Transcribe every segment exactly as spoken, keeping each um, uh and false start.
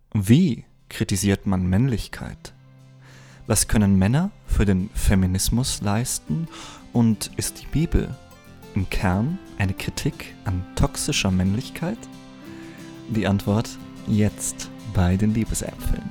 Wie kritisiert man Männlichkeit? Was können Männer für den Feminismus leisten? Und ist die Bibel im Kern eine Kritik an toxischer Männlichkeit? Die Antwort jetzt bei den Liebesäpfeln.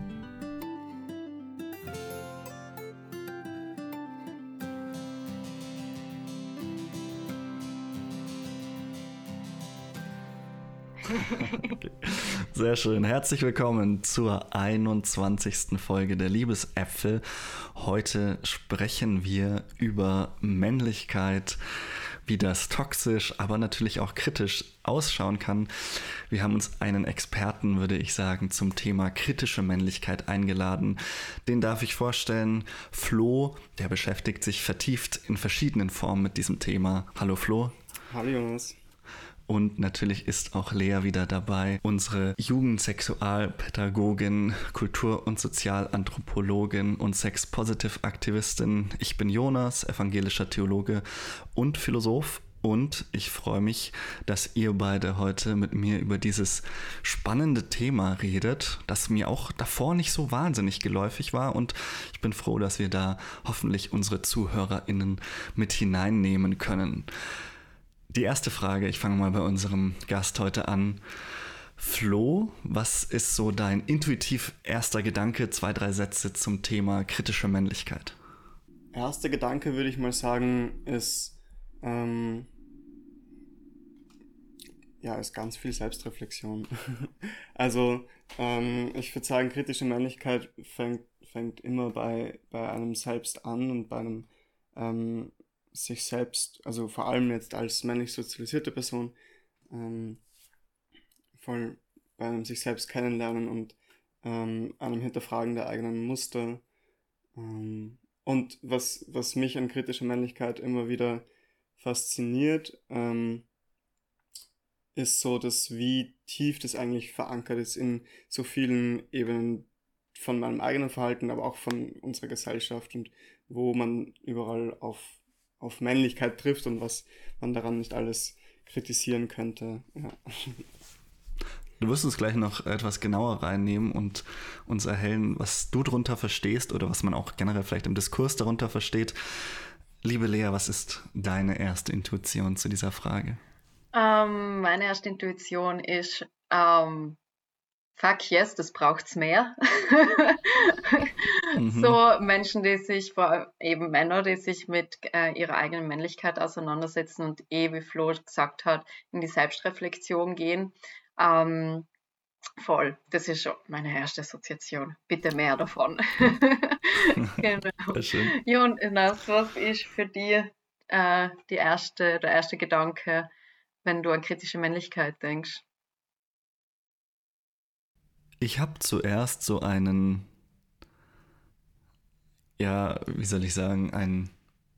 Okay. Sehr schön. Herzlich willkommen zur einundzwanzigsten Folge der Liebesäpfel. Heute sprechen wir über Männlichkeit, wie das toxisch, aber natürlich auch kritisch ausschauen kann. Wir haben uns einen Experten, würde ich sagen, zum Thema kritische Männlichkeit eingeladen. Den darf ich vorstellen. Flo, der beschäftigt sich vertieft in verschiedenen Formen mit diesem Thema. Hallo Flo. Hallo Jonas. Und natürlich ist auch Lea wieder dabei, unsere Jugendsexualpädagogin, Kultur- und Sozialanthropologin und Sex-Positive-Aktivistin. Ich bin Jonas, evangelischer Theologe und Philosoph. Und ich freue mich, dass ihr beide heute mit mir über dieses spannende Thema redet, das mir auch davor nicht so wahnsinnig geläufig war. Und ich bin froh, dass wir da hoffentlich unsere ZuhörerInnen mit hineinnehmen können. Die erste Frage, ich fange mal bei unserem Gast heute an. Flo, was ist so dein intuitiv erster Gedanke, zwei, drei Sätze zum Thema kritische Männlichkeit? Erster Gedanke, würde ich mal sagen, ist, ähm, ja, ist ganz viel Selbstreflexion. Also, ähm, ich würde sagen, kritische Männlichkeit fängt, fängt immer bei, bei einem selbst an und bei einem, ähm, sich selbst, also vor allem jetzt als männlich sozialisierte Person, ähm, voll bei einem sich selbst kennenlernen und ähm, einem Hinterfragen der eigenen Muster. Ähm, und was, was mich an kritischer Männlichkeit immer wieder fasziniert, ähm, ist so, dass wie tief das eigentlich verankert ist in so vielen Ebenen von meinem eigenen Verhalten, aber auch von unserer Gesellschaft und wo man überall auf auf Männlichkeit trifft und was man daran nicht alles kritisieren könnte. Ja. Du wirst uns gleich noch etwas genauer reinnehmen und uns erhellen, was du darunter verstehst oder was man auch generell vielleicht im Diskurs darunter versteht. Liebe Lea, was ist deine erste Intuition zu dieser Frage? Ähm, meine erste Intuition ist, ähm, fuck yes, das braucht's mehr. mhm. So Menschen, die sich, vor allem eben Männer, die sich mit äh, ihrer eigenen Männlichkeit auseinandersetzen und eh, wie Flo gesagt hat, in die Selbstreflexion gehen. Ähm, voll, das ist schon meine erste Assoziation. Bitte mehr davon. Genau. Schön. Jonas, was ist für dich äh, die erste, der erste Gedanke, wenn du an kritische Männlichkeit denkst? Ich habe zuerst so einen, ja, wie soll ich sagen, ein,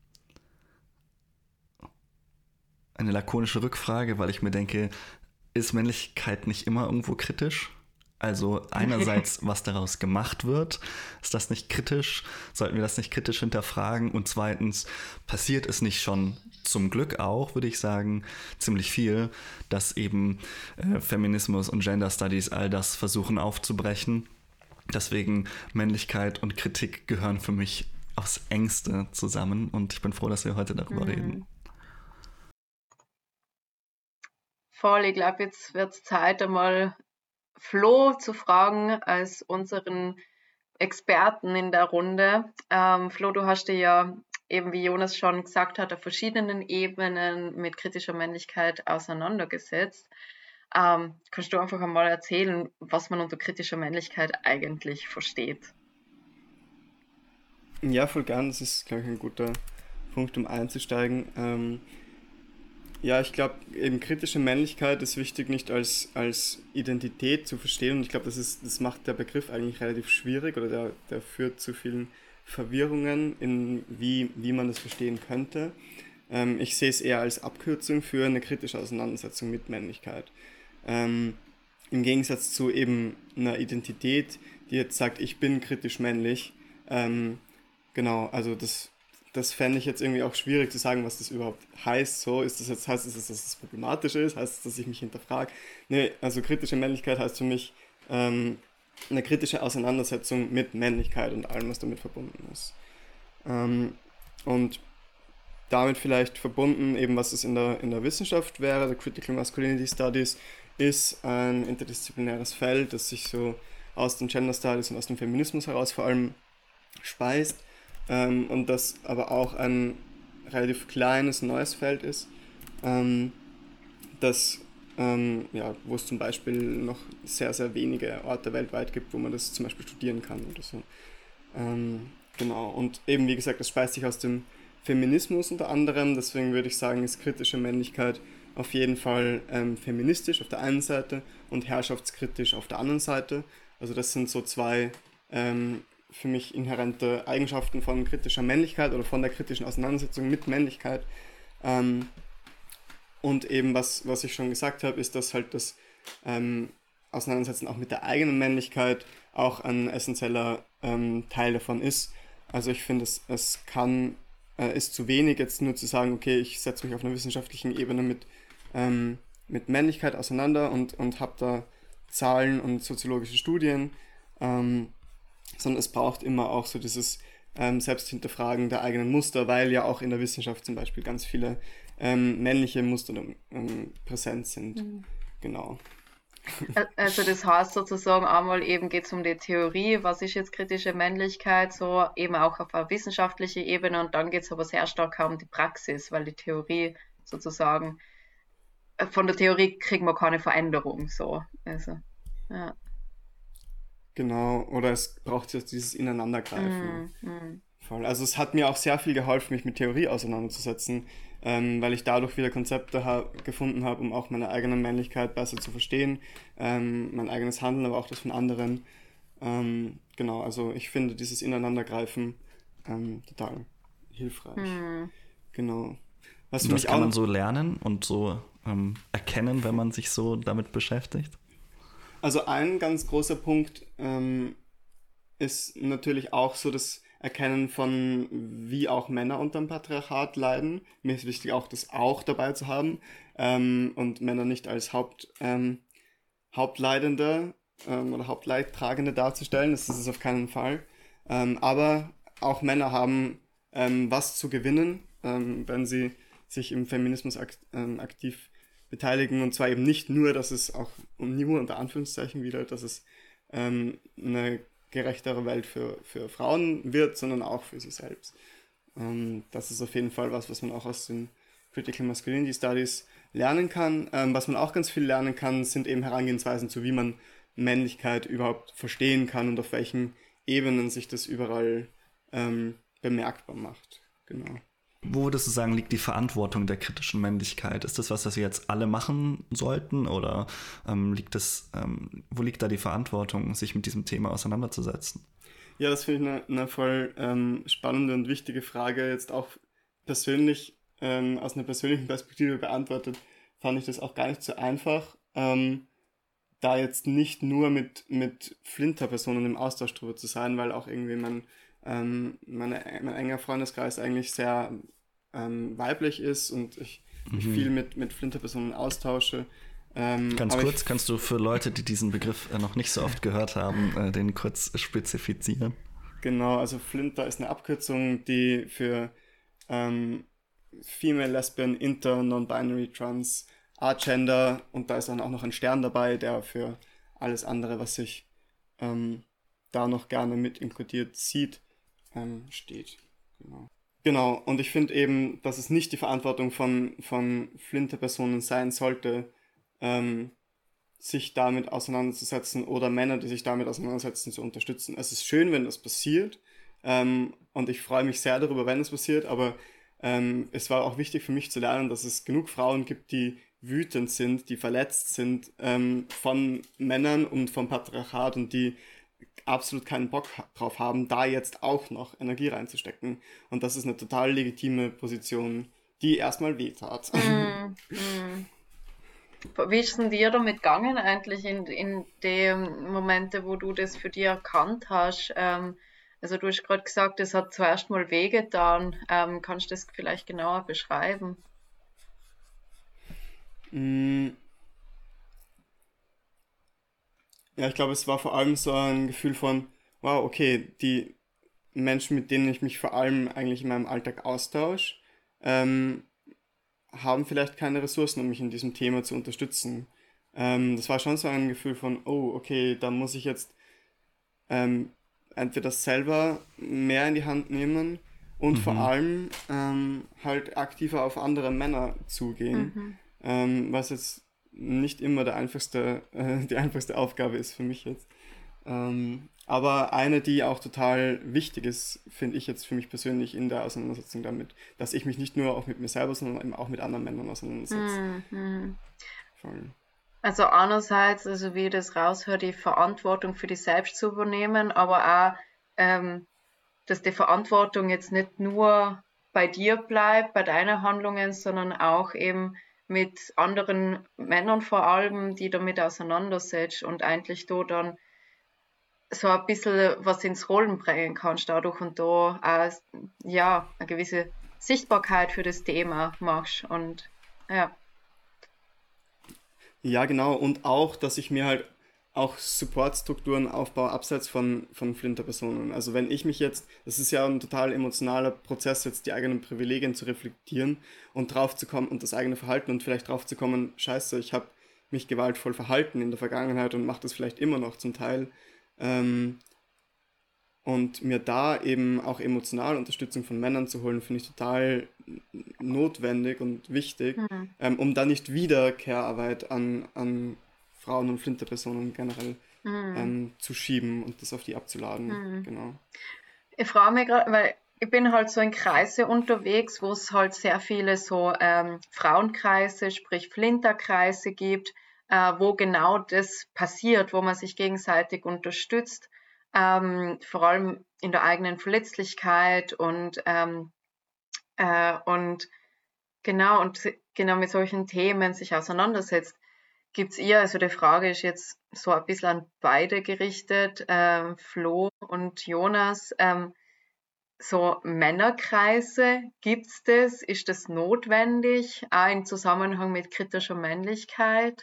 eine lakonische Rückfrage, weil ich mir denke, ist Männlichkeit nicht immer irgendwo kritisch? Also einerseits, was daraus gemacht wird, ist das nicht kritisch? Sollten wir das nicht kritisch hinterfragen? Und zweitens, passiert es nicht schon zum Glück auch, würde ich sagen, ziemlich viel, dass eben äh, Feminismus und Gender Studies all das versuchen aufzubrechen. Deswegen Männlichkeit und Kritik gehören für mich aufs Engste zusammen und ich bin froh, dass wir heute darüber mhm. reden. Voll, ich glaube, jetzt wird es Zeit, einmal Flo zu fragen als unseren Experten in der Runde. Ähm, Flo, du hast dir ja eben, wie Jonas schon gesagt hat, auf verschiedenen Ebenen mit kritischer Männlichkeit auseinandergesetzt. Ähm, kannst du einfach einmal erzählen, was man unter kritischer Männlichkeit eigentlich versteht? Ja, voll gern. Das ist, glaube ich, ein guter Punkt, um einzusteigen. Ähm, Ja, ich glaube, eben kritische Männlichkeit ist wichtig, nicht als, als Identität zu verstehen. Und ich glaube, das ist, das macht der Begriff eigentlich relativ schwierig oder der, der führt zu vielen Verwirrungen, in wie, wie man das verstehen könnte. Ähm, ich sehe es eher als Abkürzung für eine kritische Auseinandersetzung mit Männlichkeit. Ähm, Im Gegensatz zu eben einer Identität, die jetzt sagt, ich bin kritisch männlich. Ähm, genau, also das das fände ich jetzt irgendwie auch schwierig zu sagen, was das überhaupt heißt. So, ist das jetzt, heißt es, dass das problematisch ist? Heißt es, dass ich mich hinterfrage? Nee, also kritische Männlichkeit heißt für mich, ähm, eine kritische Auseinandersetzung mit Männlichkeit und allem, was damit verbunden ist. Ähm, und damit vielleicht verbunden, eben was es in der, in der Wissenschaft wäre, der Critical Masculinity Studies, ist ein interdisziplinäres Feld, das sich so aus den Gender Studies und aus dem Feminismus heraus vor allem speist, ähm, und das aber auch ein relativ kleines neues Feld ist, ähm, das, ähm, ja, wo es zum Beispiel noch sehr, sehr wenige Orte weltweit gibt, wo man das zum Beispiel studieren kann oder so. Ähm, genau, und eben wie gesagt, das speist sich aus dem Feminismus unter anderem, deswegen würde ich sagen, ist kritische Männlichkeit auf jeden Fall ähm, feministisch auf der einen Seite und herrschaftskritisch auf der anderen Seite. Also das sind so zwei ähm, für mich inhärente Eigenschaften von kritischer Männlichkeit oder von der kritischen Auseinandersetzung mit Männlichkeit. Ähm, und eben, was, was ich schon gesagt habe, ist, dass halt das ähm, Auseinandersetzen auch mit der eigenen Männlichkeit auch ein essentieller ähm, Teil davon ist. Also ich finde, es, es kann, äh, ist zu wenig, jetzt nur zu sagen, okay, ich setze mich auf einer wissenschaftlichen Ebene mit, ähm, mit Männlichkeit auseinander und, und habe da Zahlen und soziologische Studien, ähm, sondern es braucht immer auch so dieses ähm, Selbsthinterfragen der eigenen Muster, weil ja auch in der Wissenschaft zum Beispiel ganz viele ähm, männliche Muster ähm, präsent sind. Mhm. Genau. Also das heißt sozusagen einmal eben geht es um die Theorie, was ist jetzt kritische Männlichkeit, so eben auch auf einer wissenschaftlichen Ebene, und dann geht es aber sehr stark auch um die Praxis, weil die Theorie sozusagen, von der Theorie kriegen wir keine Veränderung, so. Also, ja. Genau, oder es braucht jetzt dieses Ineinandergreifen. Mm, mm. Voll. Also es hat mir auch sehr viel geholfen, mich mit Theorie auseinanderzusetzen, ähm, weil ich dadurch wieder Konzepte ha- gefunden habe, um auch meine eigene Männlichkeit besser zu verstehen, ähm, mein eigenes Handeln, aber auch das von anderen. Ähm, genau, also ich finde dieses Ineinandergreifen ähm, total hilfreich. Mm. Genau. Was und das kann man so lernen und so ähm, erkennen, wenn man sich so damit beschäftigt? Also ein ganz großer Punkt ähm, ist natürlich auch so das Erkennen von, wie auch Männer unter dem Patriarchat leiden. Mir ist wichtig, auch das auch dabei zu haben ähm, und Männer nicht als Haupt, ähm, Hauptleidende ähm, oder Hauptleidtragende darzustellen. Das ist es auf keinen Fall. Ähm, aber auch Männer haben ähm, was zu gewinnen, ähm, wenn sie sich im Feminismus akt- ähm, aktiv beteiligen, und zwar eben nicht nur, dass es auch, und nur unter Anführungszeichen wieder, dass es ähm, eine gerechtere Welt für, für Frauen wird, sondern auch für sie selbst. Ähm, das ist auf jeden Fall was, was man auch aus den Critical Masculinity Studies lernen kann. Ähm, was man auch ganz viel lernen kann, sind eben Herangehensweisen zu, wie man Männlichkeit überhaupt verstehen kann und auf welchen Ebenen sich das überall ähm, bemerkbar macht. Genau. Wo würdest du sagen, liegt die Verantwortung der kritischen Männlichkeit? Ist das was, was wir jetzt alle machen sollten? Oder ähm, liegt das, ähm, wo liegt da die Verantwortung, sich mit diesem Thema auseinanderzusetzen? Ja, das finde ich eine, eine voll ähm, spannende und wichtige Frage. Jetzt auch persönlich, ähm, aus einer persönlichen Perspektive beantwortet, fand ich das auch gar nicht so einfach, ähm, da jetzt nicht nur mit, mit Flinter-Personen im Austausch drüber zu sein, weil auch irgendwie mein Ähm, meine, mein enger Freundeskreis eigentlich sehr ähm, weiblich ist und ich, mhm. ich viel mit, mit Flinter-Personen austausche. Ähm, Ganz kurz, ich, kannst du für Leute, die diesen Begriff äh, noch nicht so oft gehört haben, äh, den kurz spezifizieren? Genau, also Flinter ist eine Abkürzung, die für ähm, Female, Lesbian, Inter, Non-Binary, Trans, Agender, und da ist dann auch noch ein Stern dabei, der für alles andere, was sich ähm, da noch gerne mit inkludiert sieht, Ähm, steht. Genau. Genau, und ich finde eben, dass es nicht die Verantwortung von, von Flinter-Personen sein sollte, ähm, sich damit auseinanderzusetzen oder Männer, die sich damit auseinandersetzen, zu unterstützen. Es ist schön, wenn das passiert, ähm, und ich freue mich sehr darüber, wenn es passiert, aber ähm, es war auch wichtig für mich zu lernen, dass es genug Frauen gibt, die wütend sind, die verletzt sind ähm, von Männern und vom Patriarchat und die absolut keinen Bock drauf haben, da jetzt auch noch Energie reinzustecken. Und das ist eine total legitime Position, die erstmal wehtat. Mm, mm. Wie ist denn dir damit gegangen eigentlich in, in den Momenten, wo du das für dich erkannt hast? Ähm, also du hast gerade gesagt, es hat zuerst mal wehgetan. Ähm, kannst du das vielleicht genauer beschreiben? Mm. Ja, ich glaube, es war vor allem so ein Gefühl von, wow, okay, die Menschen, mit denen ich mich vor allem eigentlich in meinem Alltag austausche, ähm, haben vielleicht keine Ressourcen, um mich in diesem Thema zu unterstützen. Ähm, das war schon so ein Gefühl von, oh, okay, da muss ich jetzt ähm, entweder selber mehr in die Hand nehmen und vor Mhm. allem ähm, halt aktiver auf andere Männer zugehen, Mhm. ähm, was jetzt nicht immer der einfachste, äh, die einfachste Aufgabe ist für mich jetzt. Ähm, aber eine, die auch total wichtig ist, finde ich jetzt für mich persönlich in der Auseinandersetzung damit, dass ich mich nicht nur auch mit mir selber, sondern eben auch mit anderen Männern auseinandersetze. Mhm. Voll. Also einerseits, also wie ich das raushöre, die Verantwortung für dich selbst zu übernehmen, aber auch, ähm, dass die Verantwortung jetzt nicht nur bei dir bleibt, bei deinen Handlungen, sondern auch eben mit anderen Männern vor allem, die damit auseinandersetzt und eigentlich du dann so ein bisschen was ins Rollen bringen kannst dadurch und da auch, ja, eine gewisse Sichtbarkeit für das Thema machst und ja. Ja, genau. Und auch, dass ich mir halt auch Supportstrukturen aufbaue, abseits von, von Flinterpersonen. Also wenn ich mich jetzt, das ist ja ein total emotionaler Prozess, jetzt die eigenen Privilegien zu reflektieren und drauf zu kommen und das eigene Verhalten und vielleicht drauf zu kommen, scheiße, ich habe mich gewaltvoll verhalten in der Vergangenheit und mache das vielleicht immer noch zum Teil. Ähm, und mir da eben auch emotional Unterstützung von Männern zu holen, finde ich total notwendig und wichtig, Mhm. ähm, um da nicht wieder Care-Arbeit an, an Frauen und Flinterpersonen generell Mhm. ähm, zu schieben und das auf die abzuladen. Mhm. Genau. Ich frage mich gerade, weil ich bin halt so in Kreise unterwegs, wo es halt sehr viele so ähm, Frauenkreise, sprich Flinterkreise gibt, äh, wo genau das passiert, wo man sich gegenseitig unterstützt, ähm, vor allem in der eigenen Verletzlichkeit und, ähm, äh, und genau, und genau mit solchen Themen sich auseinandersetzt. Gibt's ihr, also die Frage ist jetzt so ein bisschen an beide gerichtet, ähm, Flo und Jonas, ähm, so Männerkreise, gibt's das? Ist das notwendig, auch im Zusammenhang mit kritischer Männlichkeit?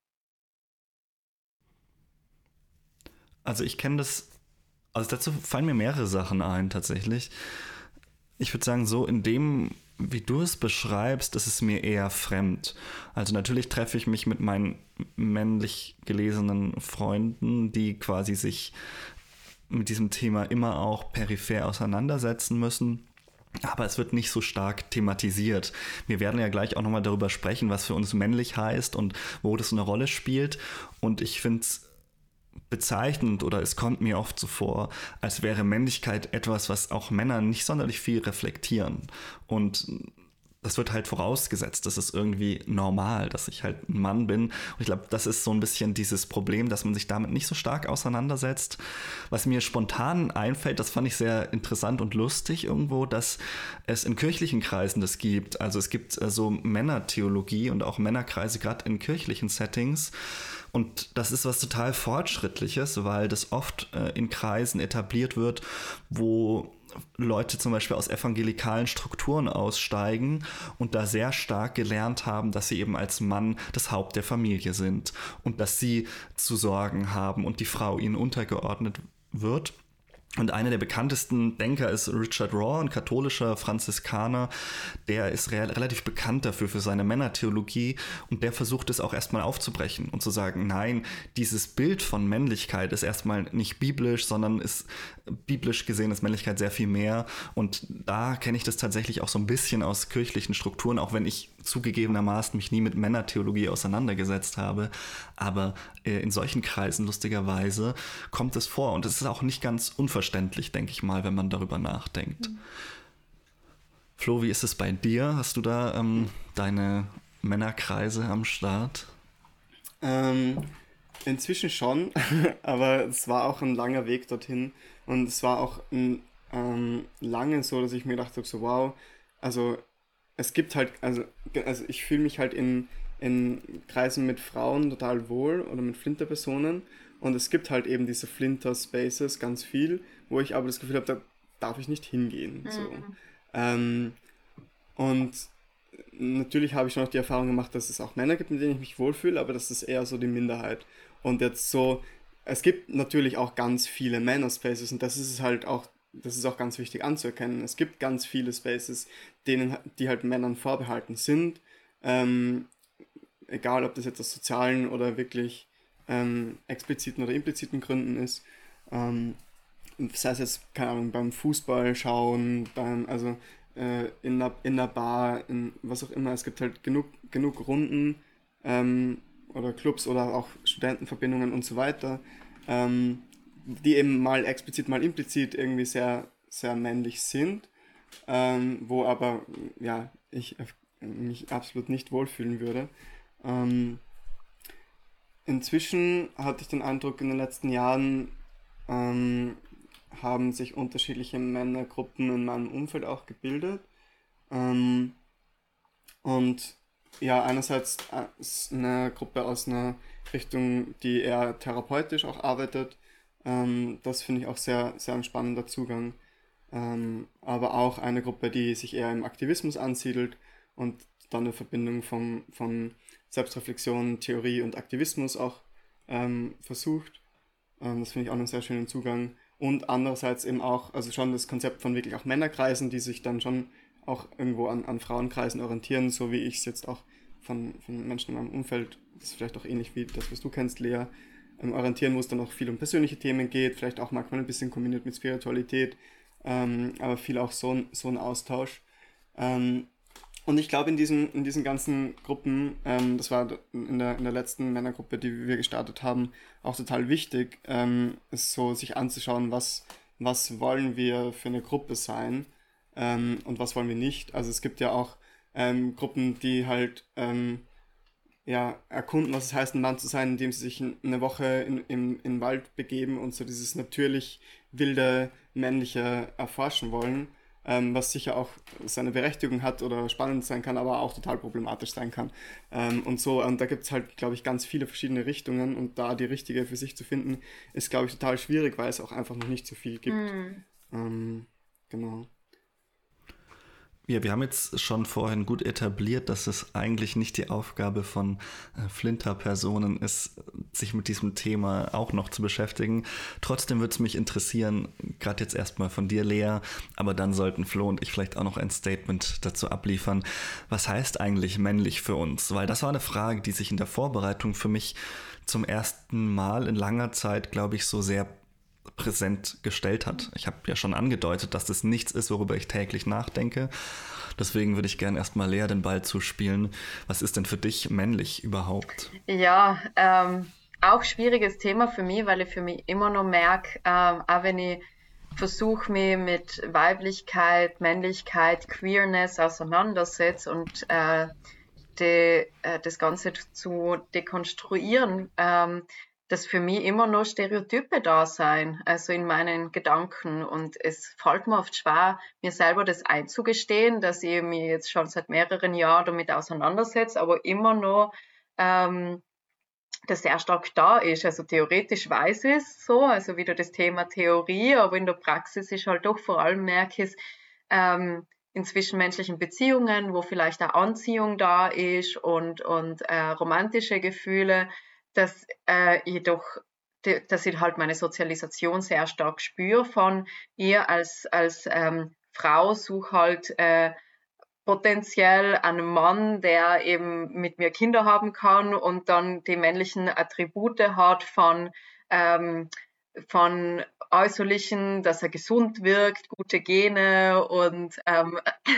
Also ich kenne das, also dazu fallen mir mehrere Sachen ein tatsächlich. Ich würde sagen, so in dem, wie du es beschreibst, ist es mir eher fremd. Also natürlich treffe ich mich mit meinen männlich gelesenen Freunden, die quasi sich mit diesem Thema immer auch peripher auseinandersetzen müssen. Aber es wird nicht so stark thematisiert. Wir werden ja gleich auch nochmal darüber sprechen, was für uns männlich heißt und wo das eine Rolle spielt. Und ich finde es bezeichnend oder es kommt mir oft so vor, als wäre Männlichkeit etwas, was auch Männer nicht sonderlich viel reflektieren. Und das wird halt vorausgesetzt, das ist irgendwie normal, dass ich halt ein Mann bin. Und ich glaube, das ist so ein bisschen dieses Problem, dass man sich damit nicht so stark auseinandersetzt. Was mir spontan einfällt, das fand ich sehr interessant und lustig irgendwo, dass es in kirchlichen Kreisen das gibt. Also es gibt äh, so Männertheologie und auch Männerkreise, gerade in kirchlichen Settings. Und das ist was total Fortschrittliches, weil das oft äh, in Kreisen etabliert wird, wo Leute zum Beispiel aus evangelikalen Strukturen aussteigen und da sehr stark gelernt haben, dass sie eben als Mann das Haupt der Familie sind und dass sie zu sorgen haben und die Frau ihnen untergeordnet wird. Und einer der bekanntesten Denker ist Richard Rohr, ein katholischer Franziskaner. Der ist re- relativ bekannt dafür, für seine Männertheologie. Und der versucht es auch erstmal aufzubrechen und zu sagen, nein, dieses Bild von Männlichkeit ist erstmal nicht biblisch, sondern ist biblisch gesehen ist Männlichkeit sehr viel mehr. Und da kenne ich das tatsächlich auch so ein bisschen aus kirchlichen Strukturen, auch wenn ich zugegebenermaßen mich nie mit Männertheologie auseinandergesetzt habe. Aber äh, in solchen Kreisen, lustigerweise, kommt es vor. Und es ist auch nicht ganz unverständlich, denke ich mal, wenn man darüber nachdenkt. Mhm. Flo, wie ist es bei dir? Hast du da ähm, deine Männerkreise am Start? Ähm, inzwischen schon, aber es war auch ein langer Weg dorthin und es war auch ein, ähm, lange so, dass ich mir gedacht habe, so wow, also es gibt halt, also, also ich fühle mich halt in, in Kreisen mit Frauen total wohl oder mit Flinterpersonen und es gibt halt eben diese Flinter-Spaces ganz viel, wo ich aber das Gefühl habe, da darf ich nicht hingehen. So. Mhm. Ähm, und natürlich habe ich schon auch die Erfahrung gemacht, dass es auch Männer gibt, mit denen ich mich wohlfühle, aber das ist eher so die Minderheit. Und jetzt so es gibt natürlich auch ganz viele Männer-Spaces und das ist es halt auch, das ist auch ganz wichtig anzuerkennen. Es gibt ganz viele Spaces, denen, die halt Männern vorbehalten sind. Ähm, Egal, ob das jetzt aus sozialen oder wirklich ähm, expliziten oder impliziten Gründen ist. Ähm, sei es jetzt, keine Ahnung, beim Fußball schauen, beim, also äh, in der, in der Bar, in was auch immer. Es gibt halt genug, genug Runden ähm, oder Clubs oder auch Studentenverbindungen und so weiter, ähm, die eben mal explizit, mal implizit irgendwie sehr, sehr männlich sind, ähm, wo aber ja, ich äh, mich absolut nicht wohlfühlen würde. Ähm, Inzwischen hatte ich den Eindruck, in den letzten Jahren ähm, haben sich unterschiedliche Männergruppen in meinem Umfeld auch gebildet. Ähm, und ja, einerseits äh, ist eine Gruppe aus einer Richtung, die eher therapeutisch auch arbeitet. Ähm, das finde ich auch sehr, sehr ein spannender Zugang. Ähm, aber auch eine Gruppe, die sich eher im Aktivismus ansiedelt und dann eine Verbindung vom, von Selbstreflexion, Theorie und Aktivismus auch ähm, versucht. Ähm, das finde ich auch einen sehr schönen Zugang. Und andererseits eben auch, also schon das Konzept von wirklich auch Männerkreisen, die sich dann schon auch irgendwo an, an Frauenkreisen orientieren, so wie ich es jetzt auch von, von Menschen in meinem Umfeld, das ist vielleicht auch ähnlich wie das, was du kennst, Lea, ähm, orientieren, wo es dann auch viel um persönliche Themen geht, vielleicht auch manchmal ein bisschen kombiniert mit Spiritualität, ähm, aber viel auch so, ein- so ein Austausch. Ähm, und ich glaube, in diesen, in diesen ganzen Gruppen, ähm, das war in der, in der letzten Männergruppe, die wir gestartet haben, auch total wichtig, ähm, ist so sich anzuschauen, was, was wollen wir für eine Gruppe sein, ähm, und was wollen wir nicht. Also es gibt ja auch ähm, Gruppen, die halt ähm, ja, erkunden, was es heißt, ein Mann zu sein, indem sie sich in- eine Woche in, im, in den Wald begeben und so dieses natürlich wilde männliche erforschen wollen, ähm, was sicher auch seine Berechtigung hat oder spannend sein kann, aber auch total problematisch sein kann. Ähm, und so, und da gibt es halt, glaube ich, ganz viele verschiedene Richtungen und da die richtige für sich zu finden, ist, glaube ich, total schwierig, weil es auch einfach noch nicht so viel gibt. Hm. Ähm, genau. Ja, wir haben jetzt schon vorhin gut etabliert, dass es eigentlich nicht die Aufgabe von äh, Flinter-Personen ist, sich mit diesem Thema auch noch zu beschäftigen. Trotzdem würde es mich interessieren, gerade jetzt erstmal von dir, Lea, aber dann sollten Flo und ich vielleicht auch noch ein Statement dazu abliefern. Was heißt eigentlich männlich für uns? Weil das war eine Frage, die sich in der Vorbereitung für mich zum ersten Mal in langer Zeit, glaube ich, so sehr präsent gestellt hat. Ich habe ja schon angedeutet, dass das nichts ist, worüber ich täglich nachdenke. Deswegen würde ich gerne erstmal Lea den Ball zuspielen. Was ist denn für dich männlich überhaupt? Ja, ähm, auch schwieriges Thema für mich, weil ich für mich immer noch merke, ähm, auch wenn ich versuche, mich mit Weiblichkeit, Männlichkeit, Queerness auseinandersetze und äh, de, äh, das Ganze zu dekonstruieren, ähm, dass für mich immer nur Stereotype da sein, also in meinen Gedanken. Und es fällt mir oft schwer, mir selber das einzugestehen, dass ich mich jetzt schon seit mehreren Jahren damit auseinandersetze, aber immer noch ähm, das sehr stark da ist. Also theoretisch weiß ich es so, also wieder das Thema Theorie, aber in der Praxis ist halt doch vor allem, merke ich es, ähm, in zwischenmenschlichen Beziehungen, wo vielleicht auch Anziehung da ist und, und äh, romantische Gefühle, dass äh, jedoch dass ich halt meine Sozialisation sehr stark spüre von ihr als, als ähm, Frau, suche halt äh, potenziell einen Mann, der eben mit mir Kinder haben kann und dann die männlichen Attribute hat von, ähm, von äußerlichen, dass er gesund wirkt, gute Gene und ähm,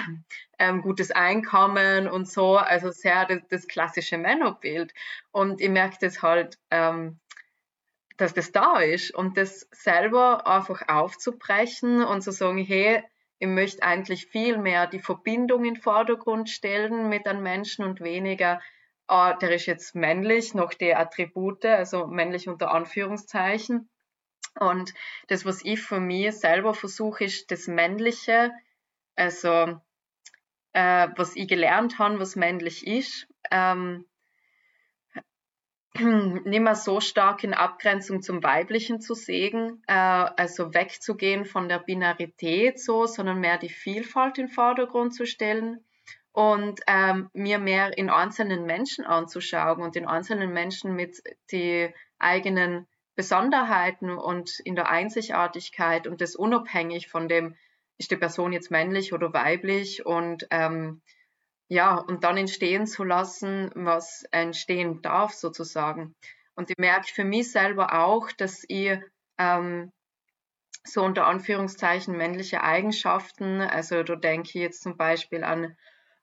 ähm, gutes Einkommen und so, also sehr das, das klassische Männerbild. Und ich merke das halt, ähm, dass das da ist und das selber einfach aufzubrechen und zu sagen, hey, ich möchte eigentlich viel mehr die Verbindung in den Vordergrund stellen mit einem Menschen und weniger, ah, der ist jetzt männlich, noch die Attribute, also männlich unter Anführungszeichen. Und das, was ich von mir selber versuche, ist das Männliche, also äh, was ich gelernt habe, was männlich ist, ähm, nicht mehr so stark in Abgrenzung zum Weiblichen zu sehen, äh, also wegzugehen von der Binarität so, sondern mehr die Vielfalt in den Vordergrund zu stellen und ähm, mir mehr in einzelnen Menschen anzuschauen und in einzelnen Menschen mit die eigenen Besonderheiten und in der Einzigartigkeit und das unabhängig von dem, ist die Person jetzt männlich oder weiblich und ähm, ja, und dann entstehen zu lassen, was entstehen darf sozusagen. Und ich merke für mich selber auch, dass ich ähm, so unter Anführungszeichen männliche Eigenschaften, also da denke ich jetzt zum Beispiel an,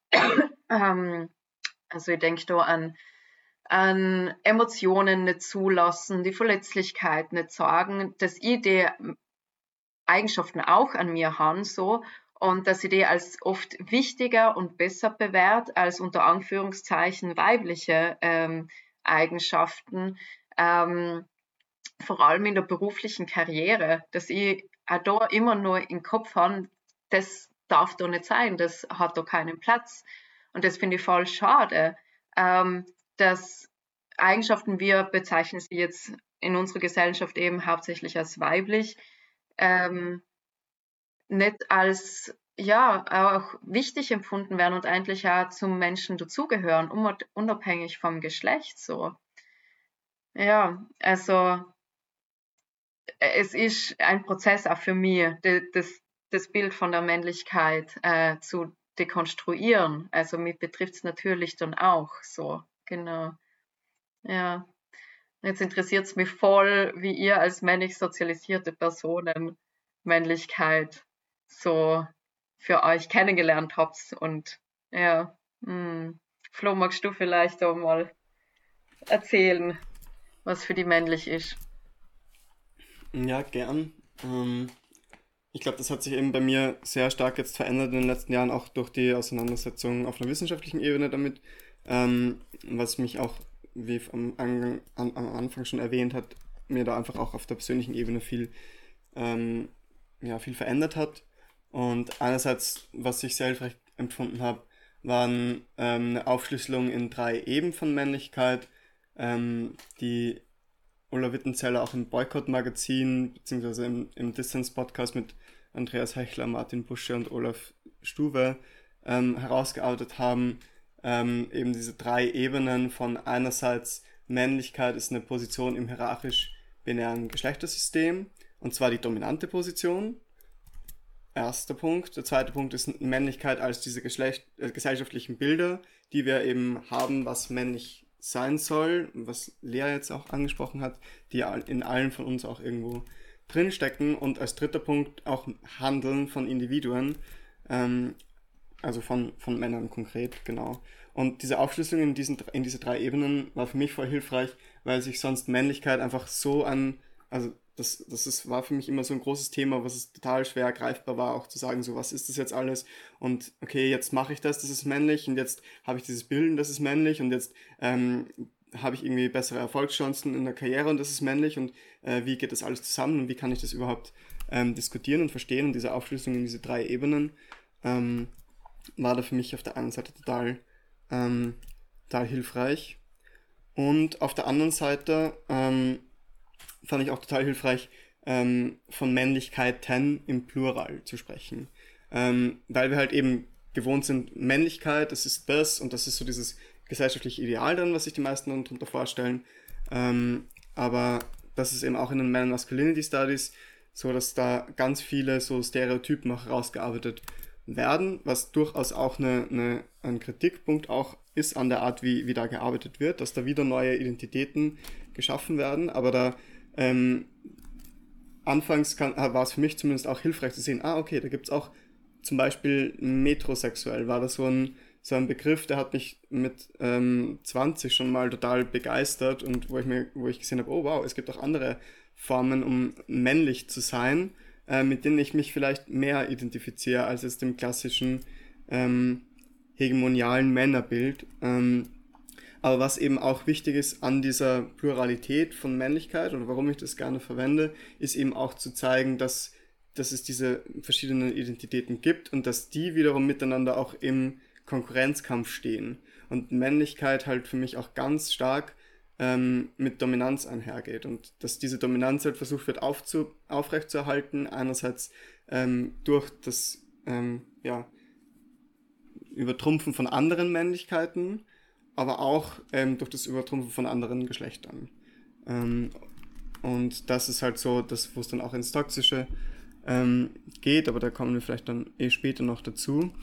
ähm, also ich denke da an, an Emotionen nicht zulassen, die Verletzlichkeit nicht sagen, dass ich die Eigenschaften auch an mir habe, so, und dass ich die als oft wichtiger und besser bewährt als unter Anführungszeichen weibliche ähm, Eigenschaften, ähm, vor allem in der beruflichen Karriere, dass ich auch da immer nur im Kopf habe, das darf doch nicht sein, das hat doch keinen Platz. Und das finde ich voll schade, ähm, dass Eigenschaften, wir bezeichnen sie jetzt in unserer Gesellschaft eben hauptsächlich als weiblich, ähm, nicht als ja auch wichtig empfunden werden und eigentlich ja zum Menschen dazugehören, unabhängig vom Geschlecht so. Ja, also es ist ein Prozess auch für mich, das, das Bild von der Männlichkeit äh, zu dekonstruieren. Also mich betrifft es natürlich dann auch so, genau. Ja. Jetzt interessiert es mich voll, wie ihr als männlich sozialisierte Personen Männlichkeit so für euch kennengelernt habt. Und ja, hm. Flo, magst du vielleicht auch mal erzählen, was für die männlich ist? Ja, gern. Ähm, ich glaube, das hat sich eben bei mir sehr stark jetzt verändert in den letzten Jahren, auch durch die Auseinandersetzung auf einer wissenschaftlichen Ebene damit, ähm, was mich auch, wie am, Angang, an, am Anfang schon erwähnt hat, mir da einfach auch auf der persönlichen Ebene viel, ähm, ja, viel verändert hat. Und einerseits, was ich sehr hilfreich empfunden habe, waren ähm, eine Aufschlüsselung in drei Eben von Männlichkeit, ähm, die Ulla Wittenzeller auch im Boykott-Magazin, beziehungsweise im, im Distance-Podcast mit Andreas Hechler, Martin Busche und Olaf Stuwe ähm, herausgearbeitet haben. Ähm, eben diese drei Ebenen von einerseits Männlichkeit ist eine Position im hierarchisch-binären Geschlechtersystem, und zwar die dominante Position. Erster Punkt. Der zweite Punkt ist Männlichkeit als diese Geschlecht, äh, gesellschaftlichen Bilder, die wir eben haben, was männlich sein soll, was Lea jetzt auch angesprochen hat, die in allen von uns auch irgendwo drinstecken. Und als dritter Punkt auch Handeln von Individuen, ähm, also von, von Männern konkret, genau. Und diese Aufschlüsselung in, diesen, in diese drei Ebenen war für mich voll hilfreich, weil sich sonst Männlichkeit einfach so an, also das, das ist, war für mich immer so ein großes Thema, was es total schwer greifbar war, auch zu sagen, so was ist das jetzt alles, und okay, jetzt mache ich das, das ist männlich, und jetzt habe ich dieses Bilden, das ist männlich, und jetzt ähm, habe ich irgendwie bessere Erfolgschancen in der Karriere und das ist männlich, und äh, wie geht das alles zusammen und wie kann ich das überhaupt ähm, diskutieren und verstehen, und diese Aufschlüsselung in diese drei Ebenen ähm, war da für mich auf der einen Seite total, ähm, total hilfreich, und auf der anderen Seite ähm, fand ich auch total hilfreich, ähm, von Männlichkeiten im Plural zu sprechen. Ähm, weil wir halt eben gewohnt sind, Männlichkeit, das ist das, und das ist so dieses gesellschaftliche Ideal dann, was sich die meisten dann darunter vorstellen. Ähm, aber das ist eben auch in den Man Masculinity Studies so, dass da ganz viele so Stereotypen auch herausgearbeitet werden, was durchaus auch eine, eine, ein Kritikpunkt auch ist an der Art, wie, wie da gearbeitet wird, dass da wieder neue Identitäten geschaffen werden, aber da Ähm, anfangs kann, war es für mich zumindest auch hilfreich zu sehen, ah, okay, da gibt es auch zum Beispiel metrosexuell, war das so ein, so ein Begriff, der hat mich mit ähm, zwanzig schon mal total begeistert, und wo ich mir, wo ich gesehen habe, oh wow, es gibt auch andere Formen, um männlich zu sein, äh, mit denen ich mich vielleicht mehr identifiziere als jetzt dem klassischen ähm, hegemonialen Männerbild. Ähm, Aber was eben auch wichtig ist an dieser Pluralität von Männlichkeit, oder warum ich das gerne verwende, ist eben auch zu zeigen, dass, dass es diese verschiedenen Identitäten gibt und dass die wiederum miteinander auch im Konkurrenzkampf stehen. Und Männlichkeit halt für mich auch ganz stark ähm, mit Dominanz einhergeht, und dass diese Dominanz halt versucht wird aufzu, aufrechtzuerhalten, einerseits ähm, durch das ähm, ja, Übertrumpfen von anderen Männlichkeiten, aber auch ähm, durch das Übertrumpfen von anderen Geschlechtern. Ähm, und das ist halt so, das, wo es dann auch ins Toxische ähm, geht, aber da kommen wir vielleicht dann eh später noch dazu.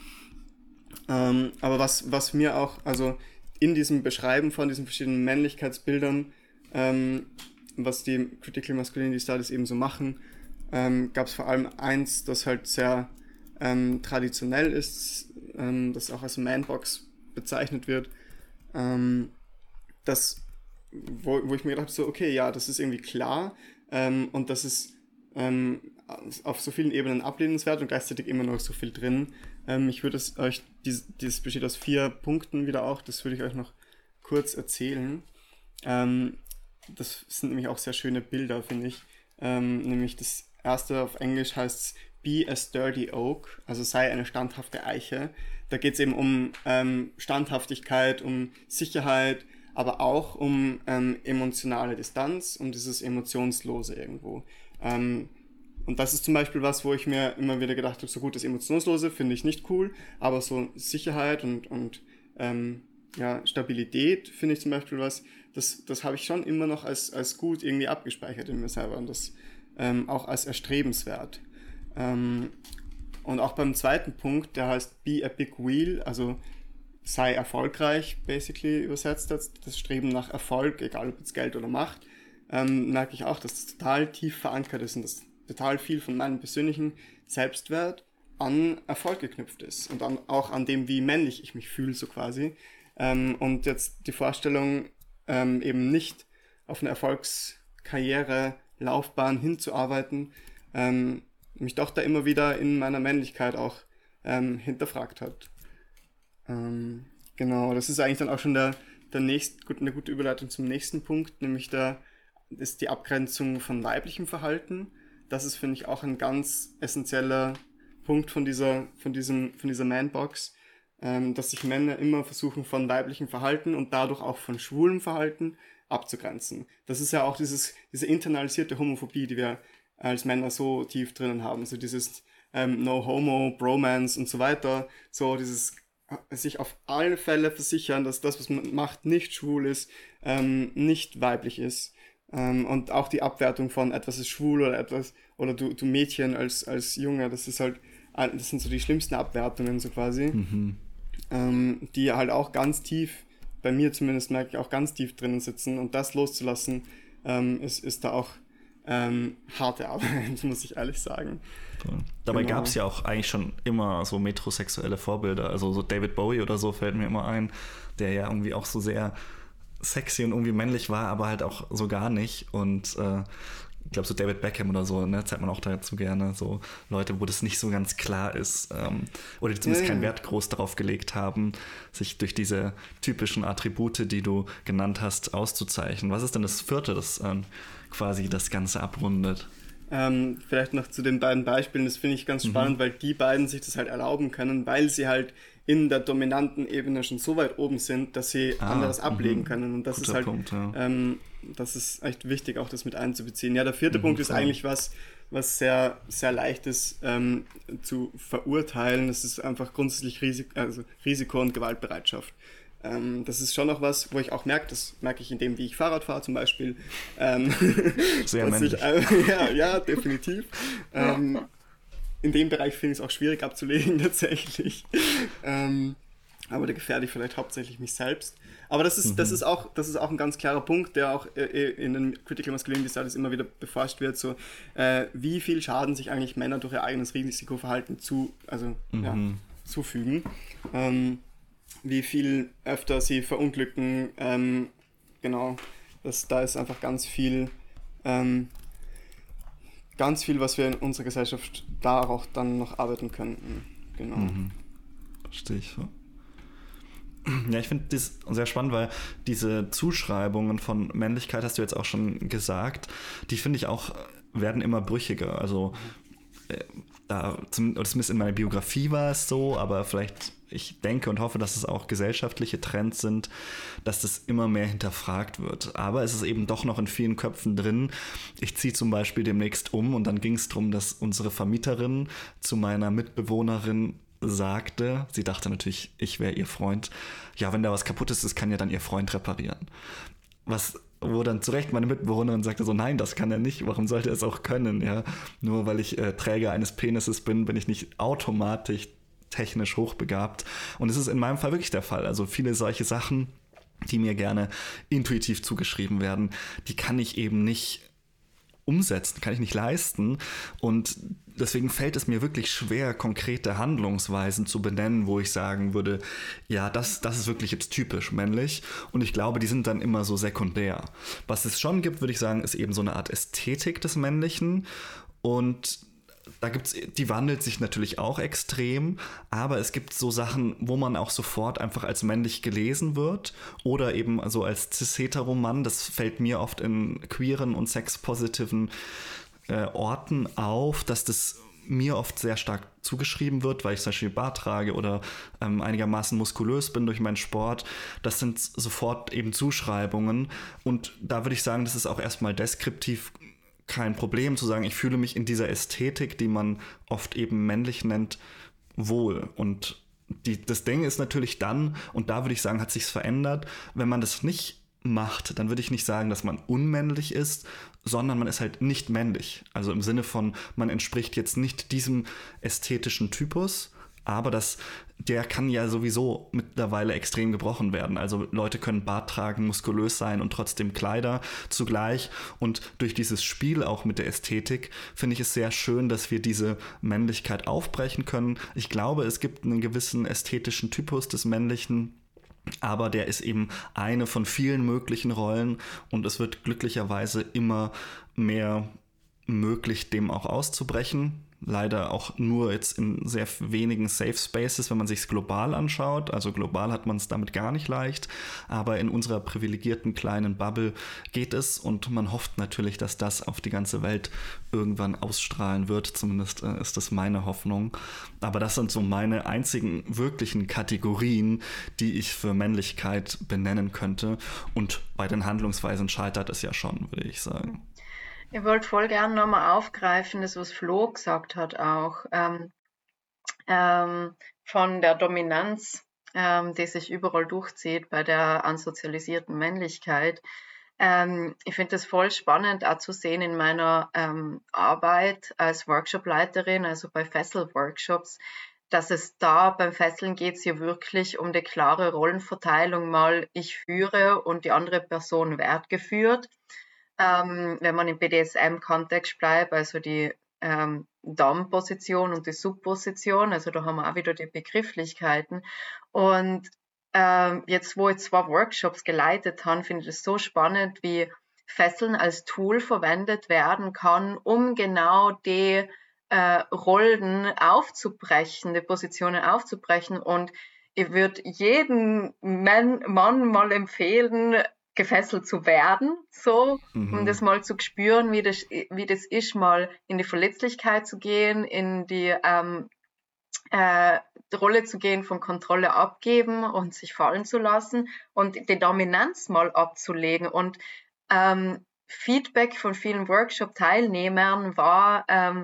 Ähm, aber was, was mir auch, also in diesem Beschreiben von diesen verschiedenen Männlichkeitsbildern, ähm, was die Critical Masculinity Studies eben so machen, ähm, gab es vor allem eins, das halt sehr ähm, traditionell ist, ähm, das auch als Man-Box bezeichnet wird, ähm, das, wo, wo ich mir gedacht habe, so, okay, ja, das ist irgendwie klar ähm, und das ist ähm, auf so vielen Ebenen ablehnenswert und gleichzeitig immer noch so viel drin. Ähm, ich würde es euch, dies, dieses besteht aus vier Punkten wieder auch, das würde ich euch noch kurz erzählen. Ähm, das sind nämlich auch sehr schöne Bilder, finde ich. Ähm, nämlich das erste auf Englisch heißt es Be a sturdy oak, also sei eine standhafte Eiche. Da geht es eben um ähm, Standhaftigkeit, um Sicherheit, aber auch um ähm, emotionale Distanz, um dieses Emotionslose irgendwo. Ähm, und das ist zum Beispiel was, wo ich mir immer wieder gedacht habe, so gut, das Emotionslose finde ich nicht cool, aber so Sicherheit und, und ähm, ja, Stabilität finde ich zum Beispiel was, das, das habe ich schon immer noch als, als gut irgendwie abgespeichert in mir selber und das ähm, auch als erstrebenswert. Ähm, und auch beim zweiten Punkt, der heißt Be a Big Wheel, also sei erfolgreich, basically übersetzt das, das Streben nach Erfolg, egal ob jetzt Geld oder Macht, ähm, merke ich auch, dass das total tief verankert ist und dass total viel von meinem persönlichen Selbstwert an Erfolg geknüpft ist und an, auch an dem, wie männlich ich mich fühle, so quasi. Ähm, und jetzt die Vorstellung, ähm, eben nicht auf eine Erfolgskarriere, Laufbahn hinzuarbeiten, ähm, mich doch da immer wieder in meiner Männlichkeit auch ähm, hinterfragt hat. Ähm, genau, das ist eigentlich dann auch schon der, der nächst, gut, eine gute Überleitung zum nächsten Punkt, nämlich da ist die Abgrenzung von weiblichem Verhalten. Das ist, finde ich, auch ein ganz essentieller Punkt von dieser, von diesem, von dieser Man-Box, ähm, dass sich Männer immer versuchen, von weiblichem Verhalten und dadurch auch von schwulem Verhalten abzugrenzen. Das ist ja auch dieses, diese internalisierte Homophobie, die wir als Männer so tief drinnen haben. So dieses ähm, No-Homo, Bromance und so weiter. So dieses sich auf alle Fälle versichern, dass das, was man macht, nicht schwul ist, ähm, nicht weiblich ist. Ähm, und auch die Abwertung von etwas ist schwul oder etwas, oder du, du Mädchen als, als Junge, das ist halt, das sind so die schlimmsten Abwertungen so quasi, mhm. ähm, die halt auch ganz tief, bei mir zumindest merke ich, auch ganz tief drinnen sitzen und das loszulassen, ähm, ist, ist da auch ähm, harte Arbeit, muss ich ehrlich sagen. Cool. Dabei genau. Gab es ja auch eigentlich schon immer so metrosexuelle Vorbilder, also so David Bowie oder so fällt mir immer ein, der ja irgendwie auch so sehr sexy und irgendwie männlich war, aber halt auch so gar nicht und äh, ich glaube so David Beckham oder so, ne, zeigt man auch dazu gerne, so Leute, wo das nicht so ganz klar ist ähm, oder die zumindest ja, keinen ja. Wert groß darauf gelegt haben, sich durch diese typischen Attribute, die du genannt hast, auszuzeichnen. Was ist denn das vierte, das ähm, quasi das Ganze abrundet? Ähm, vielleicht noch zu den beiden Beispielen, das finde ich ganz mhm. spannend, weil die beiden sich das halt erlauben können, weil sie halt in der dominanten Ebene schon so weit oben sind, dass sie ah, anderes ablegen mh. können und das Guter ist halt, Punkt, ja. ähm, das ist echt wichtig, auch das mit einzubeziehen. Ja, der vierte mhm, Punkt ist cool. eigentlich was, was sehr, sehr leicht ist ähm, zu verurteilen, das ist einfach grundsätzlich Risik- also Risiko und Gewaltbereitschaft. Ähm, das ist schon noch was, wo ich auch merke, das merke ich in dem, wie ich Fahrrad fahre zum Beispiel. Ähm, Sehr männlich. Ich, äh, ja, ja, definitiv. Ähm, in dem Bereich finde ich es auch schwierig abzulegen tatsächlich. Ähm, aber da gefährde ich vielleicht hauptsächlich mich selbst. Aber das ist, mhm. das ist, auch, das ist auch ein ganz klarer Punkt, der auch äh, in den Critical Masculinity Studies immer wieder beforscht wird, so äh, wie viel Schaden sich eigentlich Männer durch ihr eigenes Risikoverhalten zu, also, mhm. ja, zufügen. Ähm, wie viel öfter sie verunglücken, ähm, genau, das, da ist einfach ganz viel, ähm, ganz viel, was wir in unserer Gesellschaft da auch dann noch arbeiten könnten, genau. Mhm. Verstehe ich so. Ja, ich finde das sehr spannend, weil diese Zuschreibungen von Männlichkeit, hast du jetzt auch schon gesagt, die finde ich auch, werden immer brüchiger, also äh, da, zumindest in meiner Biografie war es so, aber vielleicht, ich denke und hoffe, dass es auch gesellschaftliche Trends sind, dass das immer mehr hinterfragt wird. Aber es ist eben doch noch in vielen Köpfen drin. Ich ziehe zum Beispiel demnächst um und dann ging es darum, dass unsere Vermieterin zu meiner Mitbewohnerin sagte, sie dachte natürlich, ich wäre ihr Freund, ja, wenn da was kaputt ist, das kann ja dann ihr Freund reparieren. Was wo dann zu Recht meine Mitbewohnerin sagte so, nein, das kann er nicht, warum sollte er es auch können, ja? Nur weil ich äh, Träger eines Penises bin, bin ich nicht automatisch technisch hochbegabt. Und es ist in meinem Fall wirklich der Fall. Also viele solche Sachen, die mir gerne intuitiv zugeschrieben werden, die kann ich eben nicht umsetzen, kann ich nicht leisten. Und deswegen fällt es mir wirklich schwer, konkrete Handlungsweisen zu benennen, wo ich sagen würde, ja, das, das ist wirklich jetzt typisch männlich. Und ich glaube, die sind dann immer so sekundär. Was es schon gibt, würde ich sagen, ist eben so eine Art Ästhetik des Männlichen. Und da gibt's, die wandelt sich natürlich auch extrem, aber es gibt so Sachen, wo man auch sofort einfach als männlich gelesen wird oder eben so als cis-hetero-Mann. Das fällt mir oft in queeren und sexpositiven äh, Orten auf, dass das mir oft sehr stark zugeschrieben wird, weil ich zum Beispiel Bart trage oder ähm, einigermaßen muskulös bin durch meinen Sport. Das sind sofort eben Zuschreibungen und da würde ich sagen, das ist auch erstmal deskriptiv kein Problem zu sagen, ich fühle mich in dieser Ästhetik, die man oft eben männlich nennt, wohl. Und die, das Ding ist natürlich dann, und da würde ich sagen, hat sich's verändert, wenn man das nicht macht, dann würde ich nicht sagen, dass man unmännlich ist, sondern man ist halt nicht männlich. Also im Sinne von, man entspricht jetzt nicht diesem ästhetischen Typus, aber das, der kann ja sowieso mittlerweile extrem gebrochen werden. Also Leute können Bart tragen, muskulös sein und trotzdem Kleider zugleich. Und durch dieses Spiel auch mit der Ästhetik finde ich es sehr schön, dass wir diese Männlichkeit aufbrechen können. Ich glaube, es gibt einen gewissen ästhetischen Typus des Männlichen, aber der ist eben eine von vielen möglichen Rollen und es wird glücklicherweise immer mehr möglich, dem auch auszubrechen. Leider auch nur jetzt in sehr wenigen Safe Spaces, wenn man sich es global anschaut. Also global hat man es damit gar nicht leicht. Aber in unserer privilegierten kleinen Bubble geht es. Und man hofft natürlich, dass das auf die ganze Welt irgendwann ausstrahlen wird. Zumindest äh, ist das meine Hoffnung. Aber das sind so meine einzigen wirklichen Kategorien, die ich für Männlichkeit benennen könnte. Und bei den Handlungsweisen scheitert es ja schon, würde ich sagen. Ich wollte voll gerne nochmal aufgreifen, das, was Flo gesagt hat auch, ähm, ähm, von der Dominanz, ähm, die sich überall durchzieht bei der ansozialisierten Männlichkeit. Ähm, ich finde das voll spannend auch zu sehen in meiner ähm, Arbeit als Workshopleiterin, also bei Fessel-Workshops, dass es da beim Fesseln geht es ja wirklich um die klare Rollenverteilung, mal ich führe und die andere Person wird geführt. Ähm, wenn man im B D S M-Kontext bleibt, also die ähm, Dom-Position und die Sub-Position, also da haben wir auch wieder die Begrifflichkeiten. Und ähm, jetzt, wo ich zwei Workshops geleitet habe, finde ich es so spannend, wie Fesseln als Tool verwendet werden kann, um genau die äh, Rollen aufzubrechen, die Positionen aufzubrechen. Und ich würde jedem Mann, Mann mal empfehlen, gefesselt zu werden, so, mhm. um das mal zu spüren, wie das, wie das ist, mal in die Verletzlichkeit zu gehen, in die ähm, äh, Rolle zu gehen von Kontrolle abgeben und sich fallen zu lassen und die Dominanz mal abzulegen. Und ähm, Feedback von vielen Workshop-Teilnehmern war, ähm,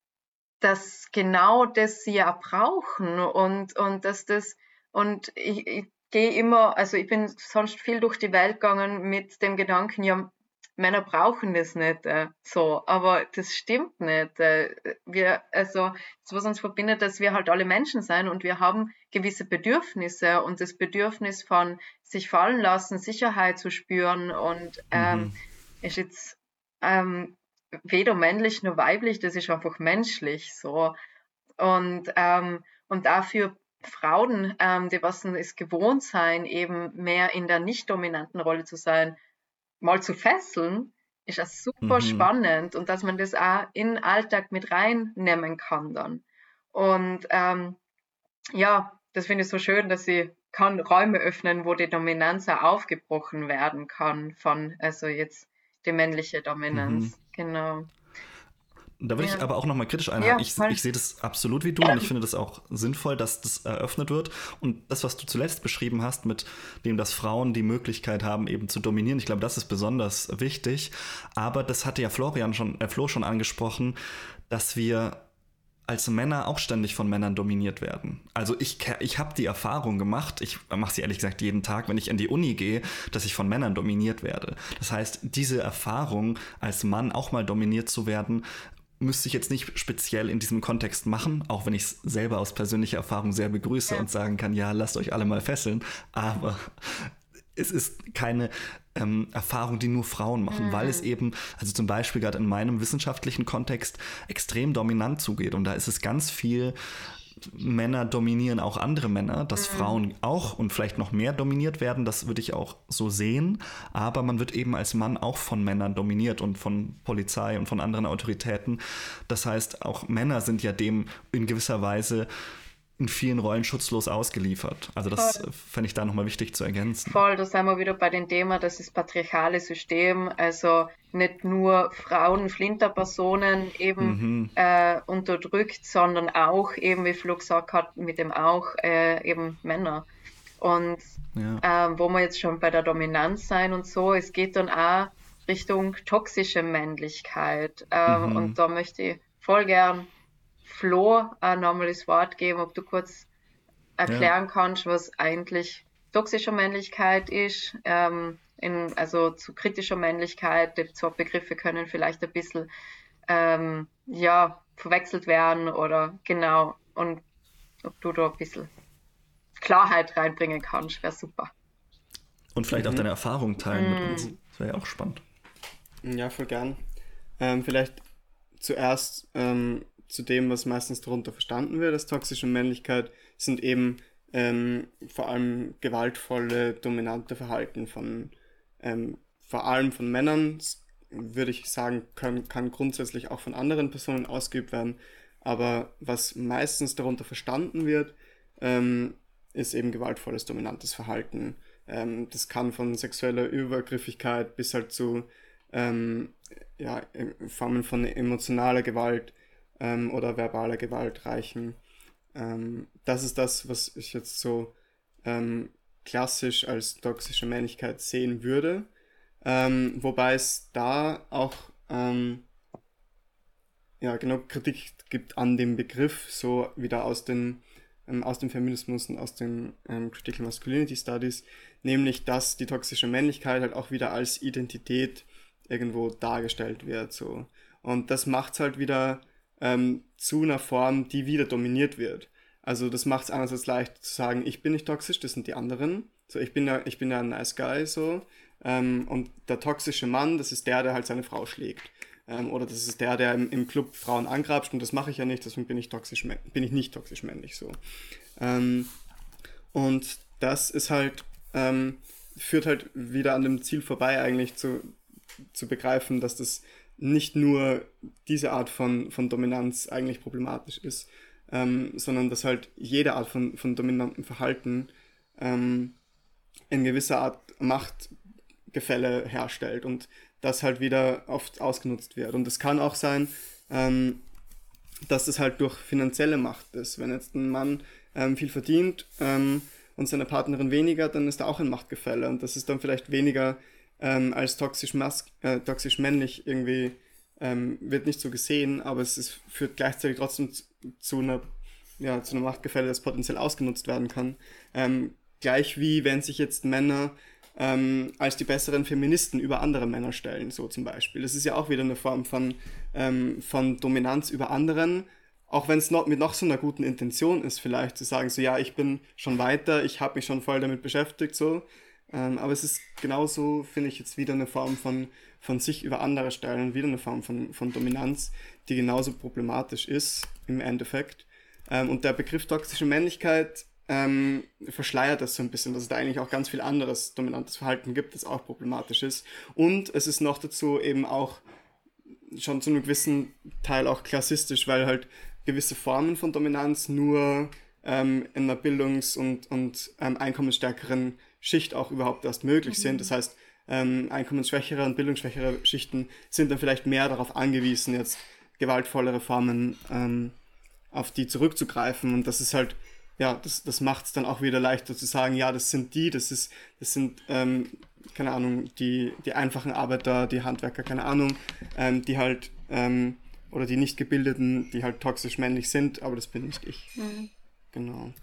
dass genau das sie ja brauchen und, und dass das, und ich, ich gehe immer, also ich bin sonst viel durch die Welt gegangen mit dem Gedanken, ja, Männer brauchen das nicht, äh, so, aber das stimmt nicht. Äh, wir, also, das, was uns verbindet, dass wir halt alle Menschen sein und wir haben gewisse Bedürfnisse und das Bedürfnis von sich fallen lassen, Sicherheit zu spüren und ähm, mhm. ist jetzt ähm, weder männlich noch weiblich, das ist einfach menschlich, so. Und, ähm, und dafür Frauen, ähm, die was es gewohnt sein, eben mehr in der nicht dominanten Rolle zu sein, mal zu fesseln, ist das super mhm. spannend und dass man das auch in den Alltag mit reinnehmen kann dann. Und ähm, ja, das finde ich so schön, dass sie kann Räume öffnen, wo die Dominanz auch aufgebrochen werden kann von, also jetzt die männliche Dominanz. Mhm. Genau. Da würde ja. ich aber auch nochmal kritisch einhaken. Ja, ich, ich sehe das absolut wie du und ich finde das auch sinnvoll, dass das eröffnet wird. Und das, was du zuletzt beschrieben hast, mit dem, dass Frauen die Möglichkeit haben, eben zu dominieren, ich glaube, das ist besonders wichtig. Aber das hatte ja Florian schon, äh, Flo schon angesprochen, dass wir als Männer auch ständig von Männern dominiert werden. Also ich, ich habe die Erfahrung gemacht, ich mache sie ehrlich gesagt jeden Tag, wenn ich in die Uni gehe, dass ich von Männern dominiert werde. Das heißt, diese Erfahrung, als Mann auch mal dominiert zu werden, müsste ich jetzt nicht speziell in diesem Kontext machen, auch wenn ich es selber aus persönlicher Erfahrung sehr begrüße ja. und sagen kann, ja, lasst euch alle mal fesseln, aber es ist keine ähm, Erfahrung, die nur Frauen machen, mhm. weil es eben, also zum Beispiel gerade in meinem wissenschaftlichen Kontext, extrem dominant zugeht und da ist es ganz viel, Männer dominieren auch andere Männer, dass mhm. Frauen auch und vielleicht noch mehr dominiert werden, das würde ich auch so sehen, aber man wird eben als Mann auch von Männern dominiert und von Polizei und von anderen Autoritäten. Das heißt, auch Männer sind ja dem in gewisser Weise in vielen Rollen schutzlos ausgeliefert. Also das fände ich da nochmal wichtig zu ergänzen. Voll, da sind wir wieder bei dem Thema, das ist patriarchale System, also nicht nur Frauen, Flinterpersonen eben mhm. äh, unterdrückt, sondern auch eben, wie Flo gesagt hat, mit dem auch äh, eben Männer. Und ja. äh, wo wir jetzt schon bei der Dominanz sein und so, es geht dann auch Richtung toxische Männlichkeit. Ähm, mhm. Und da möchte ich voll gern Flo ein normales Wort geben, ob du kurz erklären ja. kannst, was eigentlich toxische Männlichkeit ist, ähm, in, also zu kritischer Männlichkeit. Die zwei Begriffe können vielleicht ein bisschen ähm, ja, verwechselt werden oder genau, und ob du da ein bisschen Klarheit reinbringen kannst, wäre super. Und vielleicht mhm. auch deine Erfahrungen teilen mhm. mit uns, das wäre ja auch spannend. Ja, voll gern. Ähm, vielleicht zuerst ähm, zu dem, was meistens darunter verstanden wird als toxische Männlichkeit, sind eben ähm, vor allem gewaltvolle, dominante Verhalten von ähm, vor allem von Männern, würde ich sagen, kann, kann grundsätzlich auch von anderen Personen ausgeübt werden, aber was meistens darunter verstanden wird, ähm, ist eben gewaltvolles, dominantes Verhalten. Ähm, das kann von sexueller Übergriffigkeit bis halt zu ähm, ja, Formen von emotionaler Gewalt ähm, oder verbaler Gewalt reichen. Ähm, das ist das, was ich jetzt so ähm, klassisch als toxische Männlichkeit sehen würde. Ähm, wobei es da auch ähm, ja, genau Kritik gibt an dem Begriff, so wieder aus den ähm, aus dem Feminismus und aus den ähm, Critical Masculinity Studies, nämlich dass die toxische Männlichkeit halt auch wieder als Identität irgendwo dargestellt wird. So. Und das macht es halt wieder ähm, zu einer Form, die wieder dominiert wird. Also das macht es einerseits leicht zu sagen, ich bin nicht toxisch, das sind die anderen. So, ich bin ja, ich bin ja ein nice guy, so. Ähm, und der toxische Mann, das ist der, der halt seine Frau schlägt. Ähm, oder das ist der, der im, im Club Frauen angrapscht, und das mache ich ja nicht, deswegen bin ich toxisch, bin ich nicht toxisch männlich, so. Ähm, und das ist halt, ähm, führt halt wieder an dem Ziel vorbei, eigentlich zu, zu begreifen, dass das nicht nur diese Art von, von Dominanz eigentlich problematisch ist, ähm, sondern dass halt jede Art von, von dominantem Verhalten ähm, in gewisser Art Machtgefälle herstellt und das halt wieder oft ausgenutzt wird. Und es kann auch sein, ähm, dass es halt durch finanzielle Macht ist. Wenn jetzt ein Mann ähm, viel verdient ähm, und seine Partnerin weniger, dann ist da auch ein Machtgefälle, und das ist dann vielleicht weniger ähm, als toxisch, mas- äh, toxisch männlich irgendwie, ähm, wird nicht so gesehen, aber es ist, führt gleichzeitig trotzdem zu, zu einer ja, zu einem Machtgefälle, das potenziell ausgenutzt werden kann. Ähm, gleich wie wenn sich jetzt Männer ähm, als die besseren Feministen über andere Männer stellen, so zum Beispiel. Das ist ja auch wieder eine Form von, ähm, von Dominanz über anderen, auch wenn es noch, mit noch so einer guten Intention ist, vielleicht zu sagen, so ja, ich bin schon weiter, ich habe mich schon voll damit beschäftigt, so. Ähm, aber es ist genauso, finde ich, jetzt wieder eine Form von, von sich über andere stellen, wieder eine Form von, von Dominanz, die genauso problematisch ist im Endeffekt. Ähm, und der Begriff toxische Männlichkeit ähm, verschleiert das so ein bisschen, dass es da eigentlich auch ganz viel anderes dominantes Verhalten gibt, das auch problematisch ist. Und es ist noch dazu eben auch schon zu einem gewissen Teil auch klassistisch, weil halt gewisse Formen von Dominanz nur ähm, in einer bildungs- und, und ähm, einkommensstärkeren Schicht auch überhaupt erst möglich mhm. sind. Das heißt, ähm, einkommensschwächere und bildungsschwächere Schichten sind dann vielleicht mehr darauf angewiesen, jetzt gewaltvollere Formen ähm, auf die zurückzugreifen, und das ist halt, ja, das, das macht es dann auch wieder leichter zu sagen, ja, das sind die, das ist, das sind, ähm, keine Ahnung, die, die einfachen Arbeiter, die Handwerker, keine Ahnung, ähm, die halt ähm, oder die nicht gebildeten, die halt toxisch männlich sind, aber das bin nicht ich. Mhm. Genau.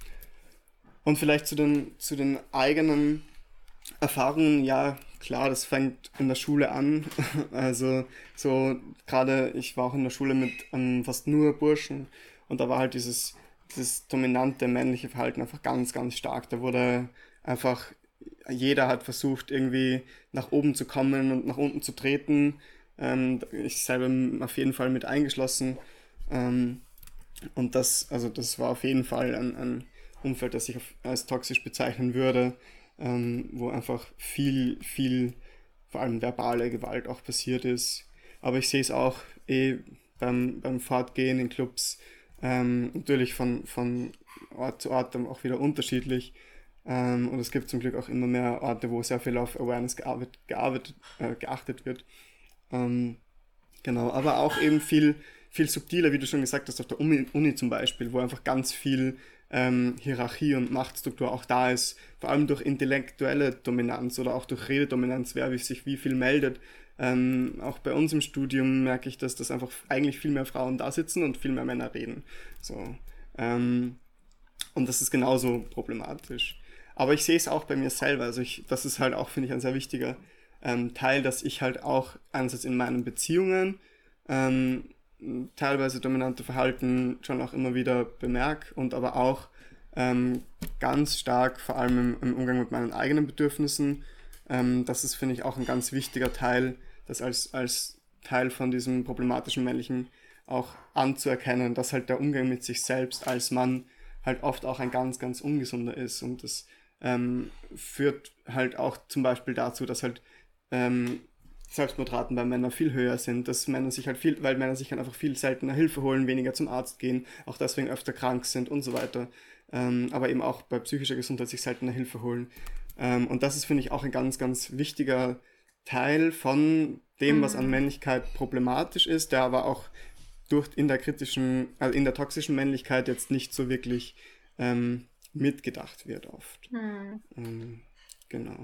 Und vielleicht zu den, zu den eigenen Erfahrungen, ja, klar, das fängt in der Schule an. Also so gerade, ich war auch in der Schule mit ähm, fast nur Burschen und da war halt dieses, dieses dominante männliche Verhalten einfach ganz, ganz stark. Da wurde einfach, jeder hat versucht, irgendwie nach oben zu kommen und nach unten zu treten. Ähm, ich selber auf jeden Fall mit eingeschlossen. Ähm, und das, also das war auf jeden Fall ein, ein Umfeld, das ich auf, als toxisch bezeichnen würde, ähm, wo einfach viel, viel, vor allem verbale Gewalt auch passiert ist. Aber ich sehe es auch eh beim, beim Fortgehen in Clubs, ähm, natürlich von, von Ort zu Ort dann auch wieder unterschiedlich. Ähm, und es gibt zum Glück auch immer mehr Orte, wo sehr viel auf Awareness gearbeitet, gearbeitet, äh, geachtet wird. Ähm, genau, aber auch eben viel, viel subtiler, wie du schon gesagt hast, auf der Uni, Uni zum Beispiel, wo einfach ganz viel ähm, Hierarchie und Machtstruktur auch da ist, vor allem durch intellektuelle Dominanz oder auch durch Rededominanz, wer sich wie viel meldet. Ähm, auch bei uns im Studium merke ich, dass das einfach eigentlich viel mehr Frauen da sitzen und viel mehr Männer reden. So, ähm, und das ist genauso problematisch. Aber ich sehe es auch bei mir selber. Also ich, das ist halt auch, finde ich, ein sehr wichtiger ähm, Teil, dass ich halt auch einerseits in meinen Beziehungen ähm, teilweise dominante Verhalten schon auch immer wieder bemerke und aber auch ähm, ganz stark, vor allem im, im Umgang mit meinen eigenen Bedürfnissen. Ähm, das ist, finde ich, auch ein ganz wichtiger Teil, das als, als Teil von diesem problematischen Männlichen auch anzuerkennen, dass halt der Umgang mit sich selbst als Mann halt oft auch ein ganz, ganz ungesunder ist. Und das ähm, führt halt auch zum Beispiel dazu, dass halt ähm, Selbstmordraten bei Männern viel höher sind, dass Männer sich halt viel, weil Männer sich halt einfach viel seltener Hilfe holen, weniger zum Arzt gehen, auch deswegen öfter krank sind und so weiter. Ähm, aber eben auch bei psychischer Gesundheit sich seltener Hilfe holen. Ähm, und das ist, finde ich, auch ein ganz, ganz wichtiger Teil von dem, was an Männlichkeit problematisch ist, der aber auch durch in der kritischen, also in der toxischen Männlichkeit jetzt nicht so wirklich ähm, mitgedacht wird oft. Mhm. Ähm, genau.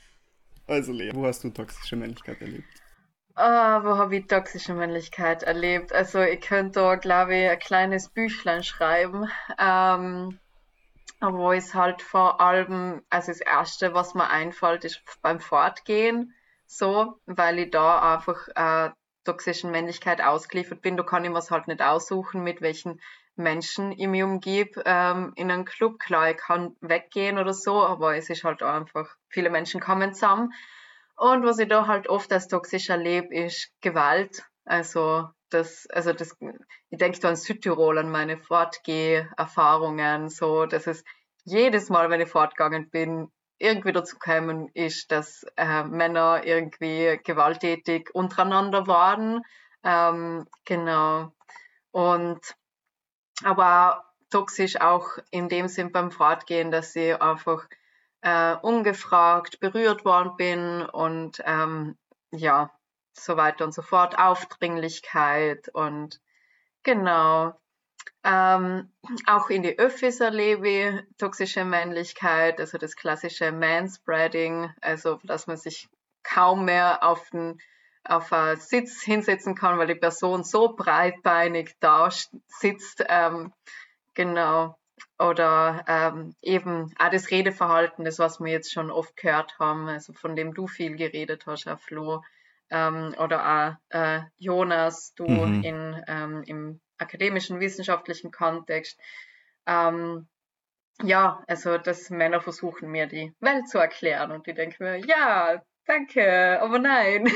Also Lea, wo hast du toxische Männlichkeit erlebt? Ah, wo habe ich toxische Männlichkeit erlebt? Also ich könnte da, glaube ich, ein kleines Büchlein schreiben, ähm, wo es halt vor allem, also das Erste, was mir einfällt, ist beim Fortgehen so, weil ich da einfach äh, toxischen Männlichkeit ausgeliefert bin. Da kann ich mir es halt nicht aussuchen, mit welchen Menschen ich mich umgebe. Ähm, in einem Club, klar, ich kann weggehen oder so, aber es ist halt auch einfach, viele Menschen kommen zusammen. Und was ich da halt oft als toxisch erlebe, ist Gewalt. Also das, also das, ich denke da an Südtirol, an meine Fortgeh-Erfahrungen, so, dass es jedes Mal, wenn ich fortgegangen bin, irgendwie dazu gekommen ist, dass äh, Männer irgendwie gewalttätig untereinander waren. Ähm, genau. Und aber toxisch auch in dem Sinn beim Fortgehen, dass ich einfach äh, ungefragt berührt worden bin und ähm, ja, so weiter und so fort. Aufdringlichkeit und genau. Ähm, auch in die Öffis erlebe ich toxische Männlichkeit, also das klassische Manspreading, also dass man sich kaum mehr auf den auf einen Sitz hinsetzen kann, weil die Person so breitbeinig da sitzt. Ähm, genau. Oder ähm, eben auch das Redeverhalten, das was wir jetzt schon oft gehört haben, also von dem du viel geredet hast, auch Flo. Ähm, oder auch äh, Jonas, du Mhm. in, ähm, im akademischen, wissenschaftlichen Kontext. Ähm, ja, also dass Männer versuchen, mir die Welt zu erklären und die denken mir, ja, danke, aber nein.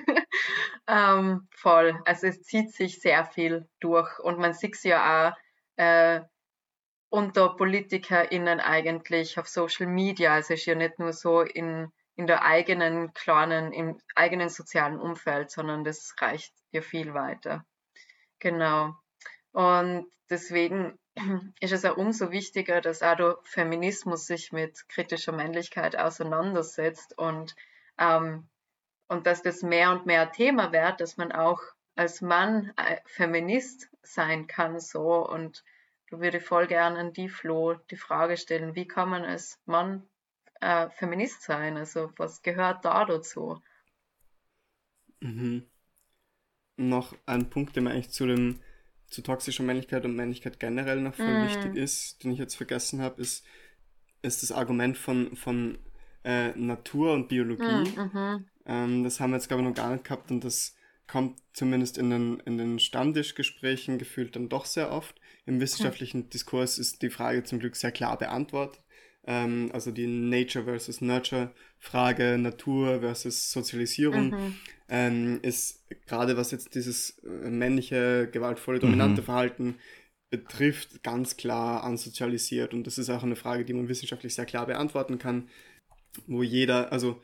ähm, voll. Also es zieht sich sehr viel durch und man sieht es ja auch äh, unter PolitikerInnen eigentlich auf Social Media. Also es ist ja nicht nur so in, in der eigenen kleinen, im eigenen sozialen Umfeld, sondern das reicht ja viel weiter. Genau. Und deswegen ist es auch umso wichtiger, dass auch der Feminismus sich mit kritischer Männlichkeit auseinandersetzt und, ähm, und dass das mehr und mehr Thema wird, dass man auch als Mann äh, Feminist sein kann so. Und da würde ich voll gerne an die Flo die Frage stellen, wie kann man als Mann äh, Feminist sein? Also was gehört da dazu? Mhm. noch ein Punkt, der mir eigentlich zu dem zu toxischer Männlichkeit und Männlichkeit generell noch voll Mm. wichtig ist, den ich jetzt vergessen habe, ist, ist das Argument von, von äh, Natur und Biologie. Mm, mhm. Ähm, das haben wir jetzt, glaube ich, noch gar nicht gehabt und das kommt zumindest in den, in den Stammtischgesprächen gefühlt dann doch sehr oft. Im wissenschaftlichen Diskurs ist die Frage zum Glück sehr klar beantwortet. Ähm, also die Nature versus Nurture Frage, Natur versus Sozialisierung, Mhm. ähm, ist gerade was jetzt dieses äh, männliche, gewaltvolle, dominante Mhm. Verhalten betrifft, ganz klar ansozialisiert. Und das ist auch eine Frage, die man wissenschaftlich sehr klar beantworten kann, wo jeder, also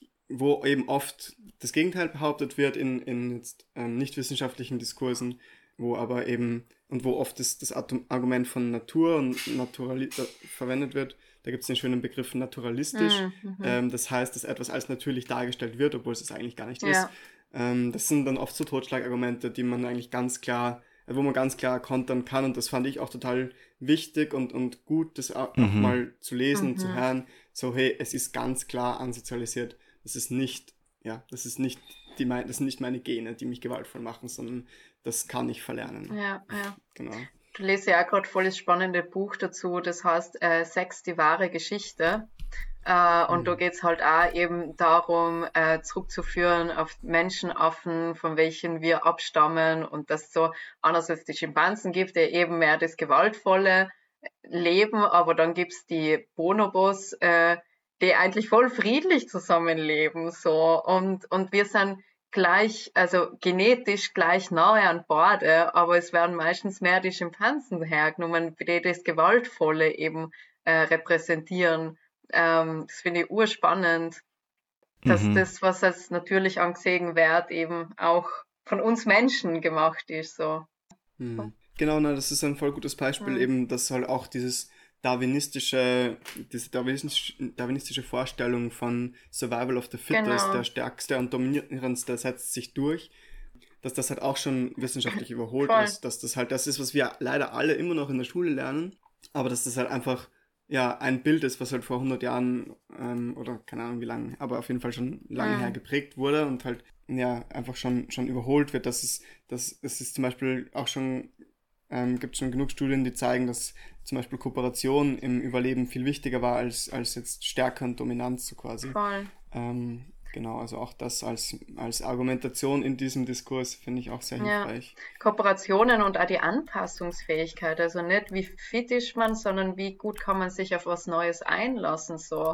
wo eben oft das Gegenteil behauptet wird in, in jetzt, ähm, nicht wissenschaftlichen Diskursen, wo aber eben, und wo oft das, das Atom- Argument von Natur und Naturali äh, verwendet wird. Da gibt es den schönen Begriff naturalistisch. Mhm. Ähm, das heißt, dass etwas als natürlich dargestellt wird, obwohl es es eigentlich gar nicht ist. Ja. Ähm, das sind dann oft so Totschlagargumente, die man eigentlich ganz klar, äh, wo man ganz klar kontern kann. Und das fand ich auch total wichtig und, und gut, das auch, Mhm. auch mal zu lesen und zu Mhm. hören. So, hey, es ist ganz klar ansozialisiert. Das ist nicht, ja, das ist nicht die, mein- das sind nicht meine Gene, die mich gewaltvoll machen, sondern das kann ich verlernen. Ja, ja. Genau. Du lest ja auch gerade voll das spannende Buch dazu, das heißt äh, Sex, die wahre Geschichte. Äh, und Mhm. da geht's halt auch eben darum, äh, zurückzuführen auf Menschenaffen, von welchen wir abstammen und dass es so einerseits die Schimpansen gibt, die eben mehr das gewaltvolle leben, aber dann gibt's die Bonobos, äh, die eigentlich voll friedlich zusammenleben, so. Und, und wir sind gleich, also genetisch gleich nahe an beide, aber es werden meistens mehr die Schimpansen hergenommen, die das Gewaltvolle eben äh, repräsentieren. Ähm, das finde ich urspannend, dass Mhm. das, was als natürlich angesehen wird, eben auch von uns Menschen gemacht ist, so. Mhm. Genau, na, das ist ein voll gutes Beispiel, Mhm. eben, dass halt auch dieses darwinistische, diese darwinistisch, darwinistische Vorstellung von Survival of the Fittest, Genau. der stärkste und dominierendste setzt sich durch, dass das halt auch schon wissenschaftlich überholt Voll. ist, dass das halt das ist, was wir leider alle immer noch in der Schule lernen, aber dass das halt einfach ja ein Bild ist, was halt vor hundert Jahren ähm, oder keine Ahnung wie lange, aber auf jeden Fall schon lange Mhm. her geprägt wurde und halt ja einfach schon, schon überholt wird, dass es, dass es ist zum Beispiel auch schon ähm, gibt schon genug Studien, die zeigen, dass zum Beispiel Kooperation im Überleben viel wichtiger war als, als jetzt Stärke und Dominanz so quasi. Voll. Ähm, genau, also auch das als, als Argumentation in diesem Diskurs finde ich auch sehr Ja. hilfreich. Kooperationen und auch die Anpassungsfähigkeit. Also nicht wie fit ist man, sondern wie gut kann man sich auf was Neues einlassen. So.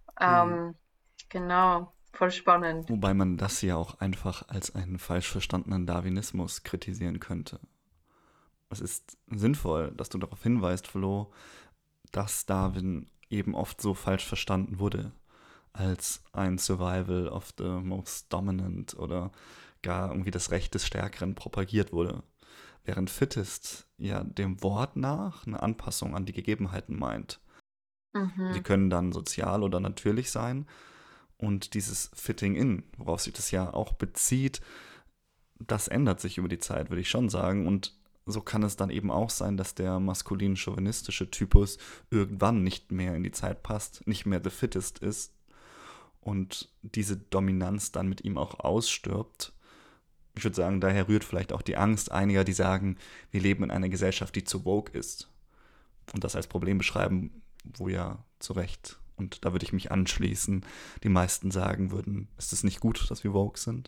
Ähm, genau, voll spannend. Wobei man das ja auch einfach als einen falsch verstandenen Darwinismus kritisieren könnte. Es ist sinnvoll, dass du darauf hinweist, Flo, dass Darwin eben oft so falsch verstanden wurde, als ein Survival of the most dominant oder gar irgendwie das Recht des Stärkeren propagiert wurde. Während Fittest ja dem Wort nach eine Anpassung an die Gegebenheiten meint. Die Mhm. können dann sozial oder natürlich sein. Und dieses Fitting in, worauf sich das ja auch bezieht, das ändert sich über die Zeit, würde ich schon sagen. Und so kann es dann eben auch sein, dass der maskulin-chauvinistische Typus irgendwann nicht mehr in die Zeit passt, nicht mehr the fittest ist und diese Dominanz dann mit ihm auch ausstirbt. Ich würde sagen, daher rührt vielleicht auch die Angst einiger, die sagen, wir leben in einer Gesellschaft, die zu woke ist und das als Problem beschreiben, wo ja zu Recht, und da würde ich mich anschließen, die meisten sagen würden, ist es nicht gut, dass wir woke sind?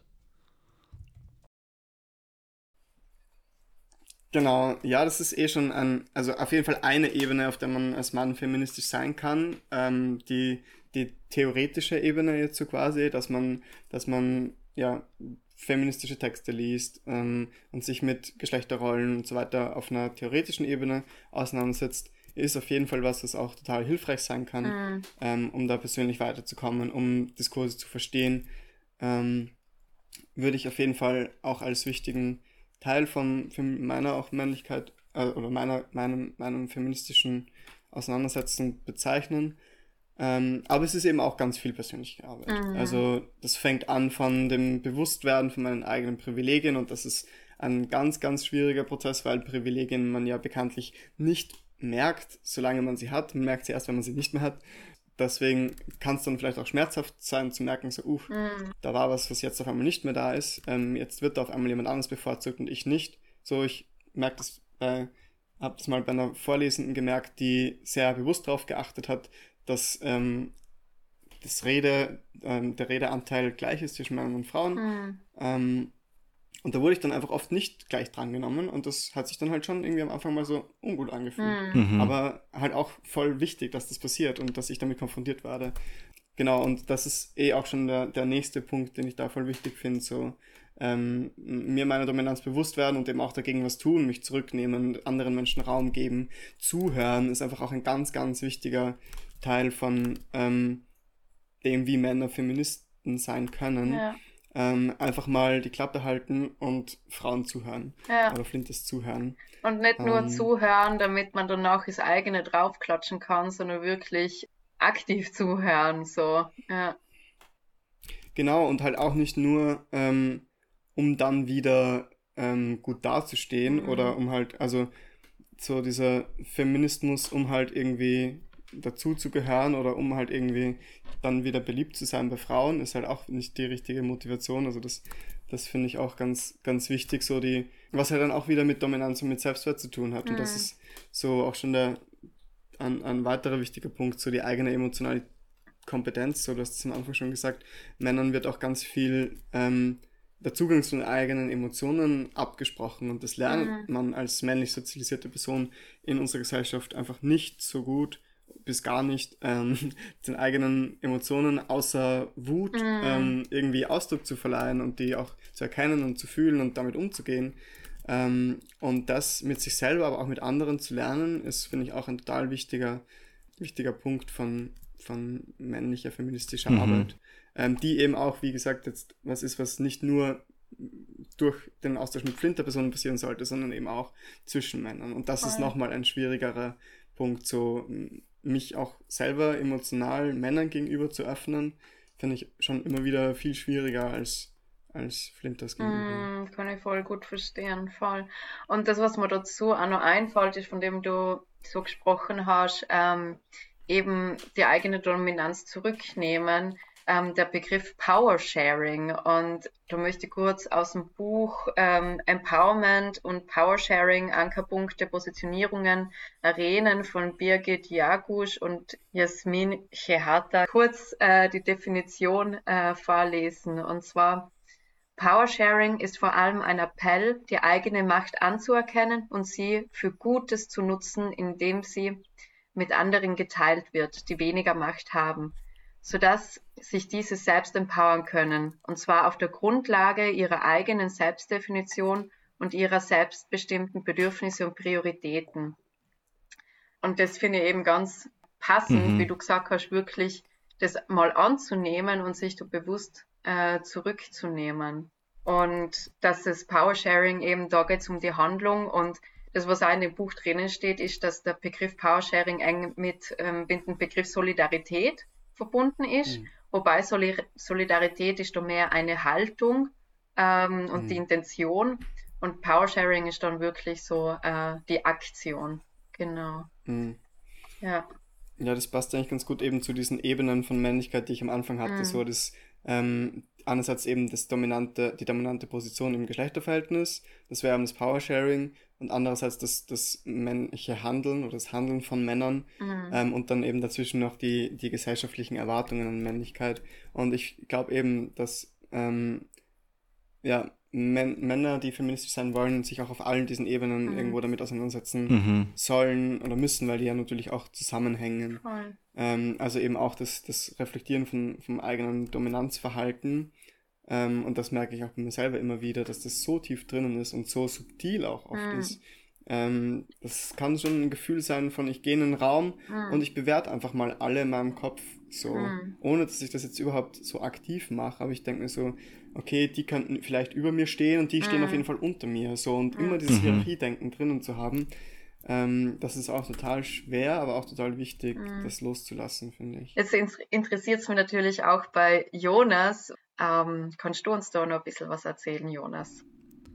Genau, ja, das ist eh schon ein, also auf jeden Fall eine Ebene, auf der man als Mann feministisch sein kann. Ähm, die, die theoretische Ebene jetzt so quasi, dass man, dass man ja feministische Texte liest ähm, und sich mit Geschlechterrollen und so weiter auf einer theoretischen Ebene auseinandersetzt, ist auf jeden Fall was, was auch total hilfreich sein kann, Mhm. ähm, um da persönlich weiterzukommen, um Diskurse zu verstehen. Ähm, würde ich auf jeden Fall auch als wichtigen Teil von, von meiner auch Männlichkeit äh, oder meiner, meinem, meinem feministischen Auseinandersetzen bezeichnen. Ähm, aber es ist eben auch ganz viel persönliche Arbeit. Mhm. Also das fängt an von dem Bewusstwerden von meinen eigenen Privilegien und das ist ein ganz, ganz schwieriger Prozess, weil Privilegien man ja bekanntlich nicht merkt, solange man sie hat. Man merkt sie erst, wenn man sie nicht mehr hat. deswegen kann es dann vielleicht auch schmerzhaft sein, zu merken, so, uff, Mhm. da war was, was jetzt auf einmal nicht mehr da ist. Ähm, jetzt wird da auf einmal jemand anderes bevorzugt und ich nicht. So, ich merke das bei, habe das mal bei einer Vorlesenden gemerkt, die sehr bewusst darauf geachtet hat, dass ähm, das Rede, ähm, der Redeanteil gleich ist zwischen Männern und Frauen. Mhm. Ähm, und da wurde ich dann einfach oft nicht gleich drangenommen und das hat sich dann halt schon irgendwie am Anfang mal so ungut angefühlt. Mhm. Mhm. Aber halt auch voll wichtig, dass das passiert und dass ich damit konfrontiert werde. Genau, und das ist eh auch schon der, der nächste Punkt, den ich da voll wichtig finde, so ähm, mir meiner Dominanz bewusst werden und eben auch dagegen was tun, mich zurücknehmen, anderen Menschen Raum geben, zuhören, ist einfach auch ein ganz, ganz wichtiger Teil von ähm, dem, wie Männer Feministen sein können. Ja. Ähm, einfach mal die Klappe halten und Frauen zuhören. Ja. Oder Flintes zuhören. Und nicht nur Ähm, zuhören, damit man danach das eigene draufklatschen kann, sondern wirklich aktiv zuhören, so. Ja. Genau, und halt auch nicht nur, ähm, um dann wieder ähm, gut dazustehen Mhm. oder um halt, also so dieser Feminismus, um halt irgendwie dazu zu gehören oder um halt irgendwie dann wieder beliebt zu sein bei Frauen, ist halt auch nicht die richtige Motivation. Also das, das finde ich auch ganz, ganz wichtig, so die, was halt dann auch wieder mit Dominanz und mit Selbstwert zu tun hat. Und das Mhm. ist so auch schon der, ein, ein weiterer wichtiger Punkt, so die eigene emotionale Kompetenz, so du hast es am Anfang schon gesagt, Männern wird auch ganz viel ähm, der Zugang zu den eigenen Emotionen abgesprochen und das lernt Mhm. man als männlich sozialisierte Person in unserer Gesellschaft einfach nicht so gut, bis gar nicht, ähm, den eigenen Emotionen außer Wut Mhm. ähm, irgendwie Ausdruck zu verleihen und die auch zu erkennen und zu fühlen und damit umzugehen. Ähm, und das mit sich selber, aber auch mit anderen zu lernen, ist, finde ich, auch ein total wichtiger, wichtiger Punkt von, von männlicher feministischer Mhm. Arbeit, ähm, die eben auch, wie gesagt, jetzt was ist, was nicht nur durch den Austausch mit Flinterpersonen passieren sollte, sondern eben auch zwischen Männern. Und das ist Voll. nochmal ein schwierigerer Punkt, so m- mich auch selber emotional Männern gegenüber zu öffnen, finde ich schon immer wieder viel schwieriger als, als Flinters gegenüber. Mm, kann ich voll gut verstehen, voll. Und das, was mir dazu auch noch einfällt, ist, von dem du so gesprochen hast, ähm, eben die eigene Dominanz zurücknehmen, ähm, der Begriff Power Sharing. Und da möchte ich kurz aus dem Buch ähm, Empowerment und Power Sharing, Ankerpunkte, Positionierungen erwähnen von Birgit Jagusch und Jasmin Chehata kurz äh, die Definition äh, vorlesen. Und zwar: Powersharing ist vor allem ein Appell, die eigene Macht anzuerkennen und sie für Gutes zu nutzen, indem sie mit anderen geteilt wird, die weniger Macht haben, sodass sich diese selbst empowern können, und zwar auf der Grundlage ihrer eigenen Selbstdefinition und ihrer selbstbestimmten Bedürfnisse und Prioritäten. Und das finde ich eben ganz passend, Mhm. wie du gesagt hast, wirklich das mal anzunehmen und sich da bewusst äh, zurückzunehmen. Und dass das Powersharing eben, da geht es um die Handlung, und das, was auch in dem Buch drinnen steht, ist, dass der Begriff Powersharing eng mit, ähm, mit dem Begriff Solidarität verbunden ist, Mhm. wobei Soli Solidarität ist da mehr eine Haltung ähm, und die Mhm. Intention, und Powersharing ist dann wirklich so äh, die Aktion. Genau, Mhm. ja. Ja, das passt eigentlich ganz gut eben zu diesen Ebenen von Männlichkeit, die ich am Anfang hatte. Mm. So das ähm, einerseits eben das dominante, die dominante Position im Geschlechterverhältnis, das wäre eben das Powersharing, und andererseits das, das männliche Handeln oder das Handeln von Männern Mm. ähm, und dann eben dazwischen noch die, die gesellschaftlichen Erwartungen an Männlichkeit. Und ich glaube eben, dass ähm, ja, Män Männer, die feministisch sein wollen, sich auch auf allen diesen Ebenen Mm. irgendwo damit auseinandersetzen Mhm. sollen oder müssen, weil die ja natürlich auch zusammenhängen. Voll. Ähm, also eben auch das, das Reflektieren von, vom eigenen Dominanzverhalten. Ähm, und das merke ich auch bei mir selber immer wieder, dass das so tief drinnen ist und so subtil auch oft Mm. ist. Ähm, das kann schon ein Gefühl sein von, ich gehe in einen Raum Mm. und ich bewerte einfach mal alle in meinem Kopf so, Mm. ohne dass ich das jetzt überhaupt so aktiv mache, aber ich denke mir so, okay, die könnten vielleicht über mir stehen und die stehen auf jeden Mm. Fall unter mir, so, und Mm. immer dieses Mhm. Hierarchiedenken drinnen zu haben, ähm, das ist auch total schwer, aber auch total wichtig, Mm. das loszulassen, finde ich. Jetzt interessiert es mich natürlich auch bei Jonas. Ähm, kannst du uns da noch ein bisschen was erzählen, Jonas?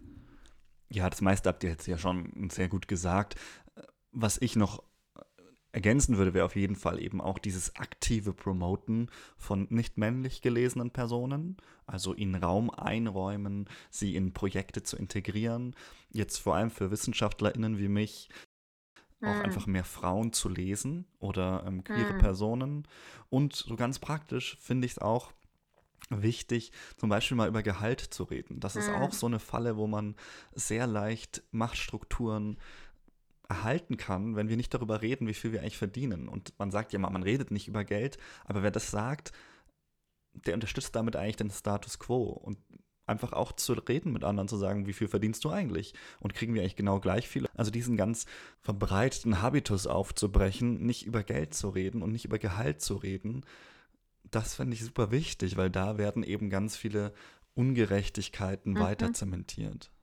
Ja, das meiste habt ihr jetzt ja schon sehr gut gesagt. Was ich noch ergänzen würde, wäre auf jeden Fall eben auch dieses aktive Promoten von nicht männlich gelesenen Personen, also ihnen Raum einräumen, sie in Projekte zu integrieren, jetzt vor allem für WissenschaftlerInnen wie mich, auch Mm. einfach mehr Frauen zu lesen oder ähm, queere Mm. Personen. Und so ganz praktisch finde ich es auch wichtig, zum Beispiel mal über Gehalt zu reden. Das ist Mm. auch so eine Falle, wo man sehr leicht Machtstrukturen erhalten kann, wenn wir nicht darüber reden, wie viel wir eigentlich verdienen. Und man sagt ja mal, man redet nicht über Geld, aber wer das sagt, der unterstützt damit eigentlich den Status quo. Und einfach auch zu reden mit anderen, zu sagen, wie viel verdienst du eigentlich? Und kriegen wir eigentlich genau gleich viel? Also diesen ganz verbreiteten Habitus aufzubrechen, nicht über Geld zu reden und nicht über Gehalt zu reden, das fände ich super wichtig, weil da werden eben ganz viele Ungerechtigkeiten Mhm. weiter zementiert.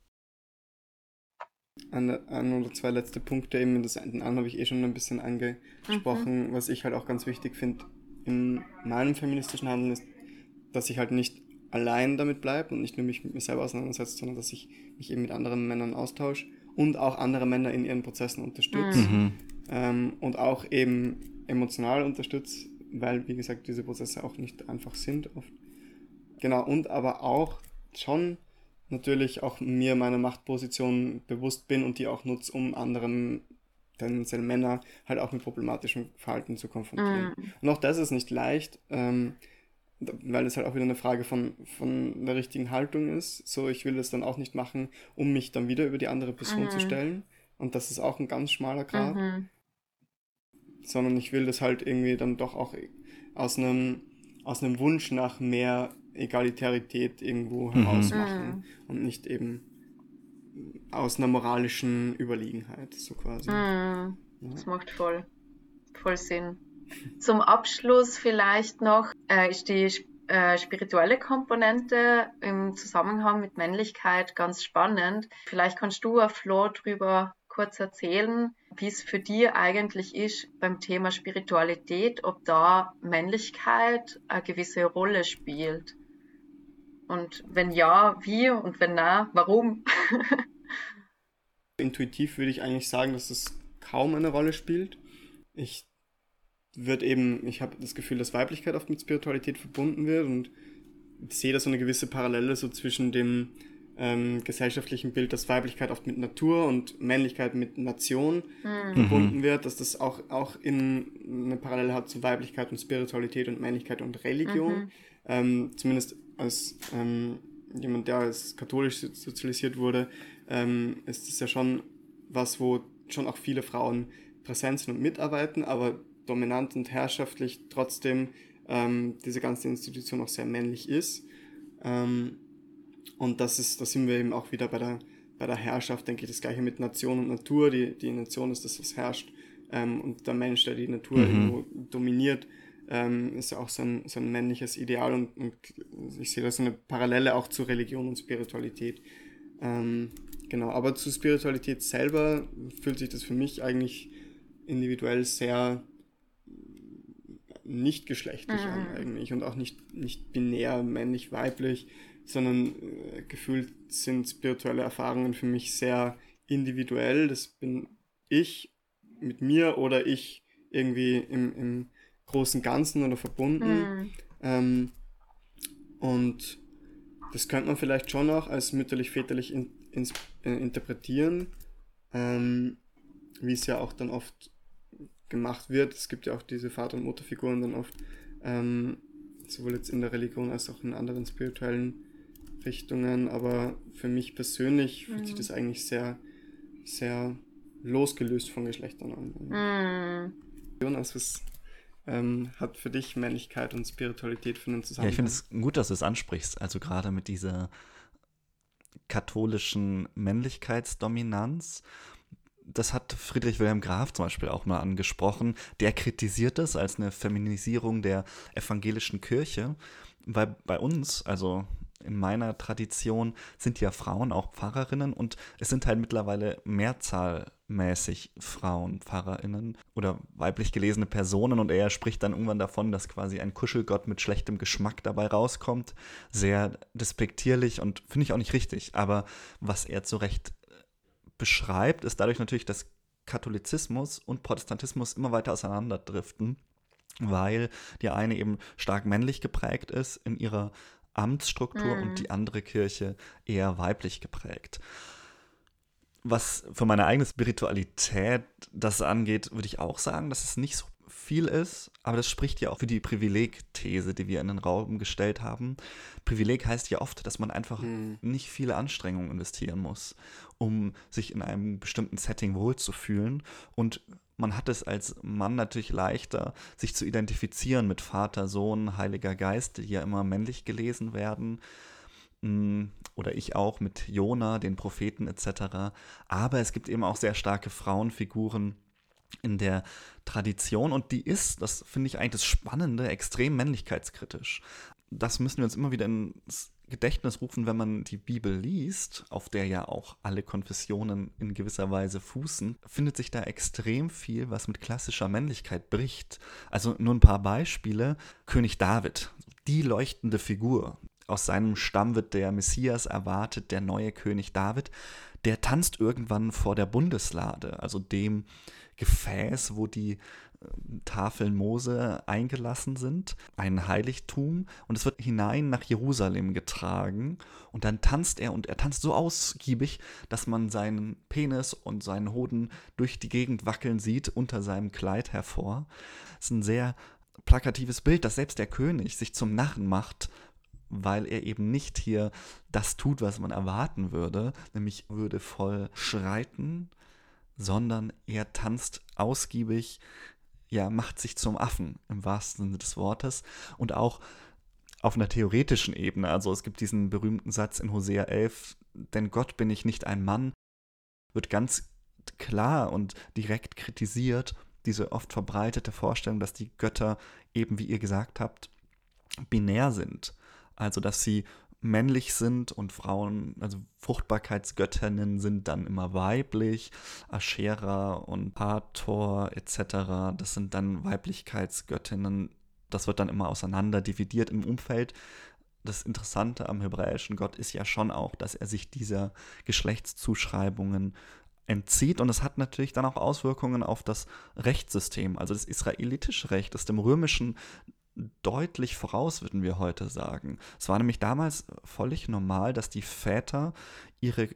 Ein, ein oder zwei letzte Punkte, eben das den anderen habe ich eh schon ein bisschen angesprochen, was ich halt auch ganz wichtig finde in meinem feministischen Handeln ist, dass ich halt nicht allein damit bleibe und nicht nur mich mit mir selber auseinandersetze, sondern dass ich mich eben mit anderen Männern austausche und auch andere Männer in ihren Prozessen unterstütze Mhm. ähm, und auch eben emotional unterstütze, weil, wie gesagt, diese Prozesse auch nicht einfach sind oft. Genau, und aber auch schon natürlich auch mir meiner Machtposition bewusst bin und die auch nutze, um anderen, tendenziell Männer, halt auch mit problematischem Verhalten zu konfrontieren. Mm. Und auch das ist nicht leicht, ähm, weil es halt auch wieder eine Frage von, von der richtigen Haltung ist. So, ich will das dann auch nicht machen, um mich dann wieder über die andere Person zu Mhm. stellen. Und das ist auch ein ganz schmaler Grat. Mhm. Sondern ich will das halt irgendwie dann doch auch aus einem, aus einem Wunsch nach mehr Egalitarität irgendwo heraus Mhm. machen und nicht eben aus einer moralischen Überlegenheit, so quasi. Mm. Ja. Das macht voll, voll Sinn. Zum Abschluss vielleicht noch äh, ist die äh, spirituelle Komponente im Zusammenhang mit Männlichkeit ganz spannend. Vielleicht kannst du, Flo, drüber kurz erzählen, wie es für dich eigentlich ist beim Thema Spiritualität, ob da Männlichkeit eine gewisse Rolle spielt. Und wenn ja, wie und wenn nein, warum? Intuitiv würde ich eigentlich sagen, dass es kaum eine Rolle spielt. Ich würde eben, ich habe das Gefühl, dass Weiblichkeit oft mit Spiritualität verbunden wird und sehe da so eine gewisse Parallele so zwischen dem ähm, gesellschaftlichen Bild, dass Weiblichkeit oft mit Natur und Männlichkeit mit Nation Hm. verbunden wird, dass das auch, auch in eine Parallele hat zu Weiblichkeit und Spiritualität und Männlichkeit und Religion. Mhm. Ähm, zumindest als ähm, jemand, der als katholisch so- sozialisiert wurde, ähm, ist es ja schon was, wo schon auch viele Frauen präsent sind und mitarbeiten, aber dominant und herrschaftlich trotzdem ähm, diese ganze Institution auch sehr männlich ist. Ähm, und das ist, da sind wir eben auch wieder bei der, bei der Herrschaft, denke ich, das gleiche mit Nation und Natur. Die, die Nation ist das, was herrscht. Ähm, und der Mensch, der die Natur Mhm. irgendwo dominiert, ähm, ist ja auch so ein, so ein männliches Ideal. Und, und ich sehe da so eine Parallele auch zu Religion und Spiritualität. Ähm, genau, aber zu Spiritualität selber fühlt sich das für mich eigentlich individuell sehr nicht geschlechtlich Mhm. an eigentlich und auch nicht, nicht binär männlich-weiblich, sondern äh, gefühlt sind spirituelle Erfahrungen für mich sehr individuell. Das bin ich mit mir oder ich irgendwie im, im großen Ganzen oder verbunden. Mhm. Ähm, und das könnte man vielleicht schon auch als mütterlich-väterlich in, ins, äh, interpretieren, ähm, wie es ja auch dann oft gemacht wird. Es gibt ja auch diese Vater- und Mutterfiguren dann oft, ähm, sowohl jetzt in der Religion als auch in anderen spirituellen Richtungen, aber für mich persönlich fühlt sich Mhm. das eigentlich sehr, sehr losgelöst von Geschlechtern an. Mhm. Jonas, was ähm, hat für dich Männlichkeit und Spiritualität für einen Ja, Zusammenhang? ich finde es gut, dass du es ansprichst. Also gerade mit dieser katholischen Männlichkeitsdominanz. Das hat Friedrich Wilhelm Graf zum Beispiel auch mal angesprochen. Der kritisiert es als eine Feminisierung der evangelischen Kirche, weil bei uns, also in meiner Tradition, sind ja Frauen auch Pfarrerinnen und es sind halt mittlerweile mehrzahlmäßig Frauen PfarrerInnen oder weiblich gelesene Personen und er spricht dann irgendwann davon, dass quasi ein Kuschelgott mit schlechtem Geschmack dabei rauskommt. Sehr despektierlich und finde ich auch nicht richtig. Aber was er zu Recht beschreibt, ist dadurch natürlich, dass Katholizismus und Protestantismus immer weiter auseinanderdriften, weil die eine eben stark männlich geprägt ist in ihrer Amtsstruktur Mhm. und die andere Kirche eher weiblich geprägt. Was für meine eigene Spiritualität das angeht, würde ich auch sagen, dass es nicht so viel ist, aber das spricht ja auch für die Privileg-These, die wir in den Raum gestellt haben. Privileg heißt ja oft, dass man einfach Hm. nicht viele Anstrengungen investieren muss, um sich in einem bestimmten Setting wohlzufühlen. Und man hat es als Mann natürlich leichter, sich zu identifizieren mit Vater, Sohn, Heiliger Geist, die ja immer männlich gelesen werden. Mm, Oder ich auch mit Jona, den Propheten et cetera. Aber es gibt eben auch sehr starke Frauenfiguren in der Tradition und die ist, das finde ich eigentlich das Spannende, extrem männlichkeitskritisch. Das müssen wir uns immer wieder ins Gedächtnis rufen, wenn man die Bibel liest, auf der ja auch alle Konfessionen in gewisser Weise fußen, findet sich da extrem viel, was mit klassischer Männlichkeit bricht. Also nur ein paar Beispiele. König David, die leuchtende Figur. Aus seinem Stamm wird der Messias erwartet, der neue König David. Der tanzt irgendwann vor der Bundeslade, also dem Gefäß, wo die äh, Tafeln Mose eingelassen sind, ein Heiligtum, und es wird hinein nach Jerusalem getragen und dann tanzt er und er tanzt so ausgiebig, dass man seinen Penis und seinen Hoden durch die Gegend wackeln sieht, unter seinem Kleid hervor. Das ist ein sehr plakatives Bild, dass selbst der König sich zum Narren macht, weil er eben nicht hier das tut, was man erwarten würde, nämlich würdevoll schreiten, sondern er tanzt ausgiebig, ja, macht sich zum Affen im wahrsten Sinne des Wortes und auch auf einer theoretischen Ebene. Also es gibt diesen berühmten Satz in Hosea elf, denn Gott bin ich nicht ein Mann, wird ganz klar und direkt kritisiert, diese oft verbreitete Vorstellung, dass die Götter eben, wie ihr gesagt habt, binär sind. Also dass sie männlich sind und Frauen, also Fruchtbarkeitsgöttinnen sind dann immer weiblich, Aschera und Hathor et cetera, das sind dann Weiblichkeitsgöttinnen, das wird dann immer auseinander dividiert im Umfeld. Das Interessante am hebräischen Gott ist ja schon auch, dass er sich dieser Geschlechtszuschreibungen entzieht und es hat natürlich dann auch Auswirkungen auf das Rechtssystem, also das israelitische Recht ist dem römischen deutlich voraus, würden wir heute sagen. Es war nämlich damals völlig normal, dass die Väter ihre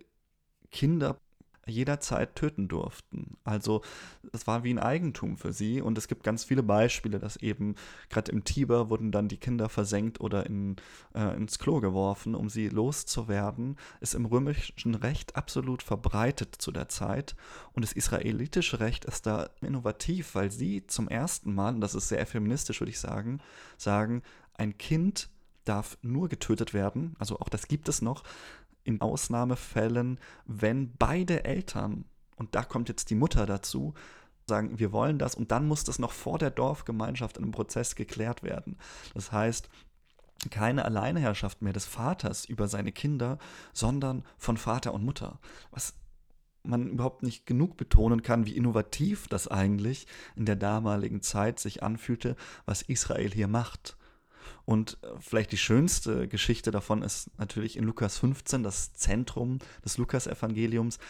Kinder jederzeit töten durften. Also es war wie ein Eigentum für sie und es gibt ganz viele Beispiele, dass eben gerade im Tiber wurden dann die Kinder versenkt oder in, äh, ins Klo geworfen, um sie loszuwerden. Ist im römischen Recht absolut verbreitet zu der Zeit und das israelitische Recht ist da innovativ, weil sie zum ersten Mal, und das ist sehr feministisch, würde ich sagen, sagen, ein Kind darf nur getötet werden, also auch das gibt es noch, in Ausnahmefällen, wenn beide Eltern, und da kommt jetzt die Mutter dazu, sagen, wir wollen das und dann muss das noch vor der Dorfgemeinschaft in einem Prozess geklärt werden. Das heißt, keine Alleinherrschaft mehr des Vaters über seine Kinder, sondern von Vater und Mutter. Was man überhaupt nicht genug betonen kann, wie innovativ das eigentlich in der damaligen Zeit sich anfühlte, was Israel hier macht. Und vielleicht die schönste Geschichte davon ist natürlich in Lukas fünfzehn, das Zentrum des Lukas-Evangeliums.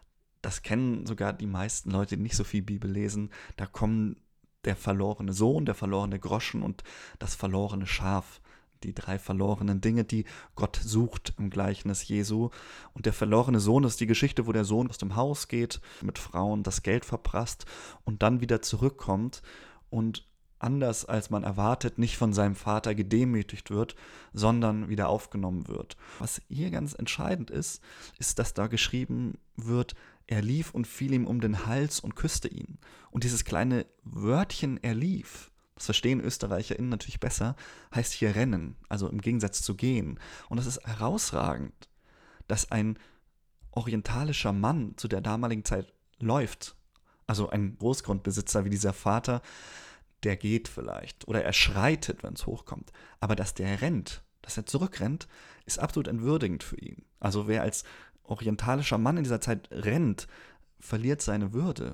Das kennen sogar die meisten Leute, die nicht so viel Bibel lesen. Da kommen der verlorene Sohn, der verlorene Groschen und das verlorene Schaf. Die drei verlorenen Dinge, die Gott sucht im Gleichnis Jesu. Und der verlorene Sohn ist die Geschichte, wo der Sohn aus dem Haus geht, mit Frauen das Geld verprasst und dann wieder zurückkommt und anders als man erwartet, nicht von seinem Vater gedemütigt wird, sondern wieder aufgenommen wird. Was hier ganz entscheidend ist, ist, dass da geschrieben wird, er lief und fiel ihm um den Hals und küsste ihn. Und dieses kleine Wörtchen, er lief, das verstehen ÖsterreicherInnen natürlich besser, heißt hier rennen, also im Gegensatz zu gehen. Und das ist herausragend, dass ein orientalischer Mann zu der damaligen Zeit läuft, also ein Großgrundbesitzer wie dieser Vater, der geht vielleicht oder er schreitet, wenn es hochkommt. Aber dass der rennt, dass er zurückrennt, ist absolut entwürdigend für ihn. Also wer als orientalischer Mann in dieser Zeit rennt, verliert seine Würde.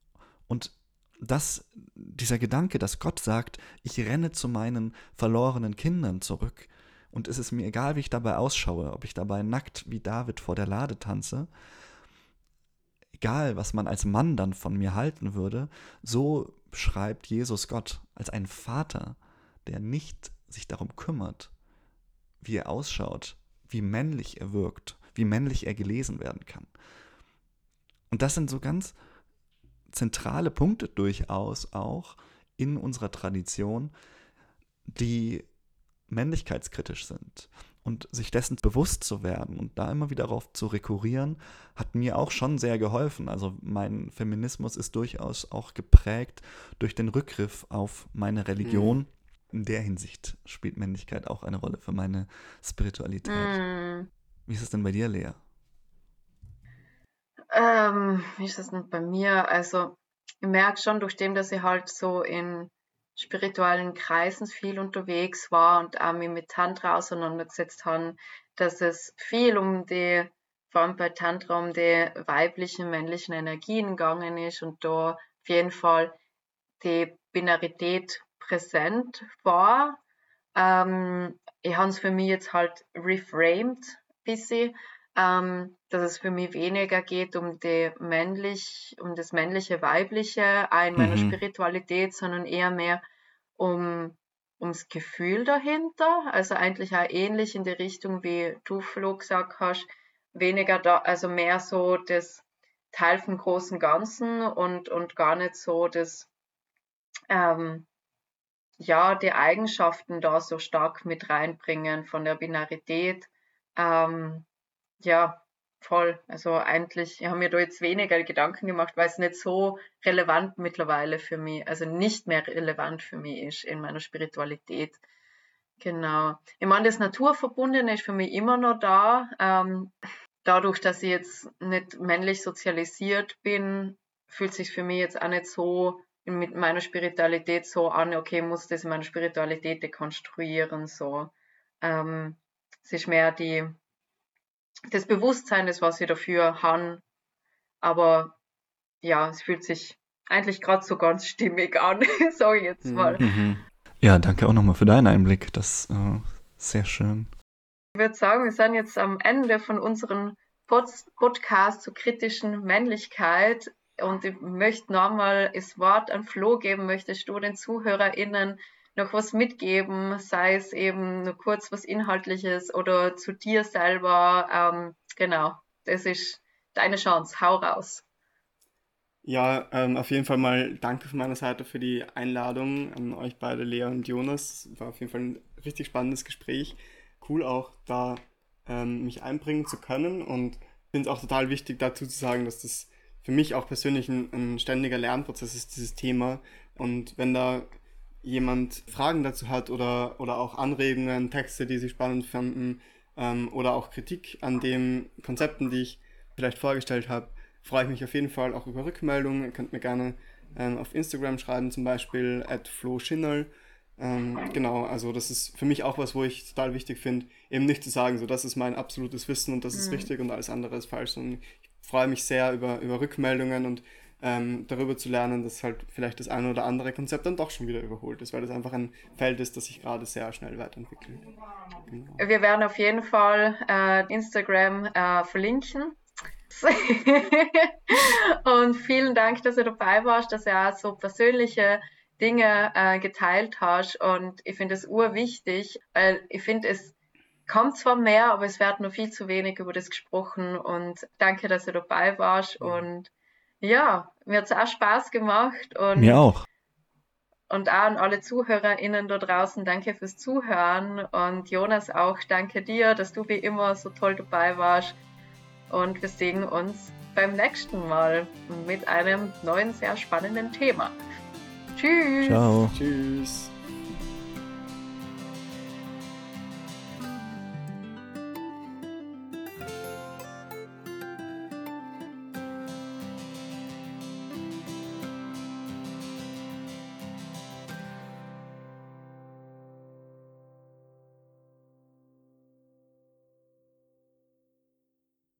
Und das, dieser Gedanke, dass Gott sagt, ich renne zu meinen verlorenen Kindern zurück und es ist mir egal, wie ich dabei ausschaue, ob ich dabei nackt wie David vor der Lade tanze, egal was man als Mann dann von mir halten würde, so beschreibt Jesus Gott als einen Vater, der nicht sich darum kümmert, wie er ausschaut, wie männlich er wirkt, wie männlich er gelesen werden kann. Und das sind so ganz zentrale Punkte durchaus auch in unserer Tradition, die männlichkeitskritisch sind. Und sich dessen bewusst zu werden und da immer wieder darauf zu rekurrieren, hat mir auch schon sehr geholfen. Also mein Feminismus ist durchaus auch geprägt durch den Rückgriff auf meine Religion. Mhm. In der Hinsicht spielt Männlichkeit auch eine Rolle für meine Spiritualität. Mhm. Wie ist es denn bei dir, Lea? Ähm, wie ist es denn bei mir? Also ich merke schon, durch dem, dass ich halt so in spirituellen Kreisen viel unterwegs war und auch mich mit Tantra auseinandergesetzt habe, dass es viel um die, vor allem bei Tantra, um die weiblichen, männlichen Energien gegangen ist und da auf jeden Fall die Binarität präsent war. Ähm, ich habe es für mich jetzt halt reframed ein bisschen, ähm, dass es für mich weniger geht um die männlich, um das männliche, weibliche auch in meiner mhm. Spiritualität, sondern eher mehr um ums Gefühl dahinter. Also eigentlich auch ähnlich in die Richtung, wie du, Flo, gesagt hast, weniger da, also mehr so das Teil vom großen Ganzen und, und gar nicht so das, ähm, ja, die Eigenschaften da so stark mit reinbringen von der Binarität. Ähm, ja, voll. Also eigentlich, ich habe mir da jetzt weniger Gedanken gemacht, weil es nicht so relevant mittlerweile für mich, also nicht mehr relevant für mich ist in meiner Spiritualität. Genau. Ich meine, das Naturverbundene ist für mich immer noch da. Ähm, dadurch, dass ich jetzt nicht männlich sozialisiert bin, fühlt sich für mich jetzt auch nicht so mit meiner Spiritualität so an, okay, ich muss das in meiner Spiritualität dekonstruieren, so. Ähm, es ist mehr die das Bewusstsein, das was wir dafür haben, aber ja, es fühlt sich eigentlich gerade so ganz stimmig an, sage ich jetzt mal. Mhm. Ja, danke auch nochmal für deinen Einblick, das ist äh, sehr schön. Ich würde sagen, wir sind jetzt am Ende von unserem Pod- Podcast zur kritischen Männlichkeit und ich möchte nochmal das Wort an Flo geben. Möchtest du den ZuhörerInnen noch was mitgeben, sei es eben nur kurz was Inhaltliches oder zu dir selber. Ähm, genau, das ist deine Chance. Hau raus. Ja, ähm, auf jeden Fall mal danke von meiner Seite für die Einladung an euch beide, Lea und Jonas. War auf jeden Fall ein richtig spannendes Gespräch. Cool auch, da ähm, mich einbringen zu können und ich finde es auch total wichtig dazu zu sagen, dass das für mich auch persönlich ein, ein ständiger Lernprozess ist, dieses Thema. Und wenn da jemand Fragen dazu hat oder, oder auch Anregungen, Texte, die sie spannend fanden ähm, oder auch Kritik an den Konzepten, die ich vielleicht vorgestellt habe, freue ich mich auf jeden Fall auch über Rückmeldungen. Ihr könnt mir gerne ähm, auf Instagram schreiben, zum Beispiel at floschinnerl. Ähm, genau, also das ist für mich auch was, wo ich total wichtig finde, eben nicht zu sagen, so das ist mein absolutes Wissen und das ist mhm. richtig und alles andere ist falsch, sondern ich freue mich sehr über, über Rückmeldungen und Ähm, darüber zu lernen, dass halt vielleicht das eine oder andere Konzept dann doch schon wieder überholt ist, weil das einfach ein Feld ist, das sich gerade sehr schnell weiterentwickelt. Genau. Wir werden auf jeden Fall äh, Instagram äh, verlinken. Und vielen Dank, dass du dabei warst, dass du auch so persönliche Dinge äh, geteilt hast und ich finde es urwichtig, weil ich finde, es kommt zwar mehr, aber es wird noch viel zu wenig über das gesprochen und danke, dass du dabei warst und ja, mir hat es auch Spaß gemacht. Und, mir auch. Und auch an alle ZuhörerInnen da draußen, danke fürs Zuhören. Und Jonas auch, danke dir, dass du wie immer so toll dabei warst. Und wir sehen uns beim nächsten Mal mit einem neuen, sehr spannenden Thema. Tschüss. Ciao. Tschüss.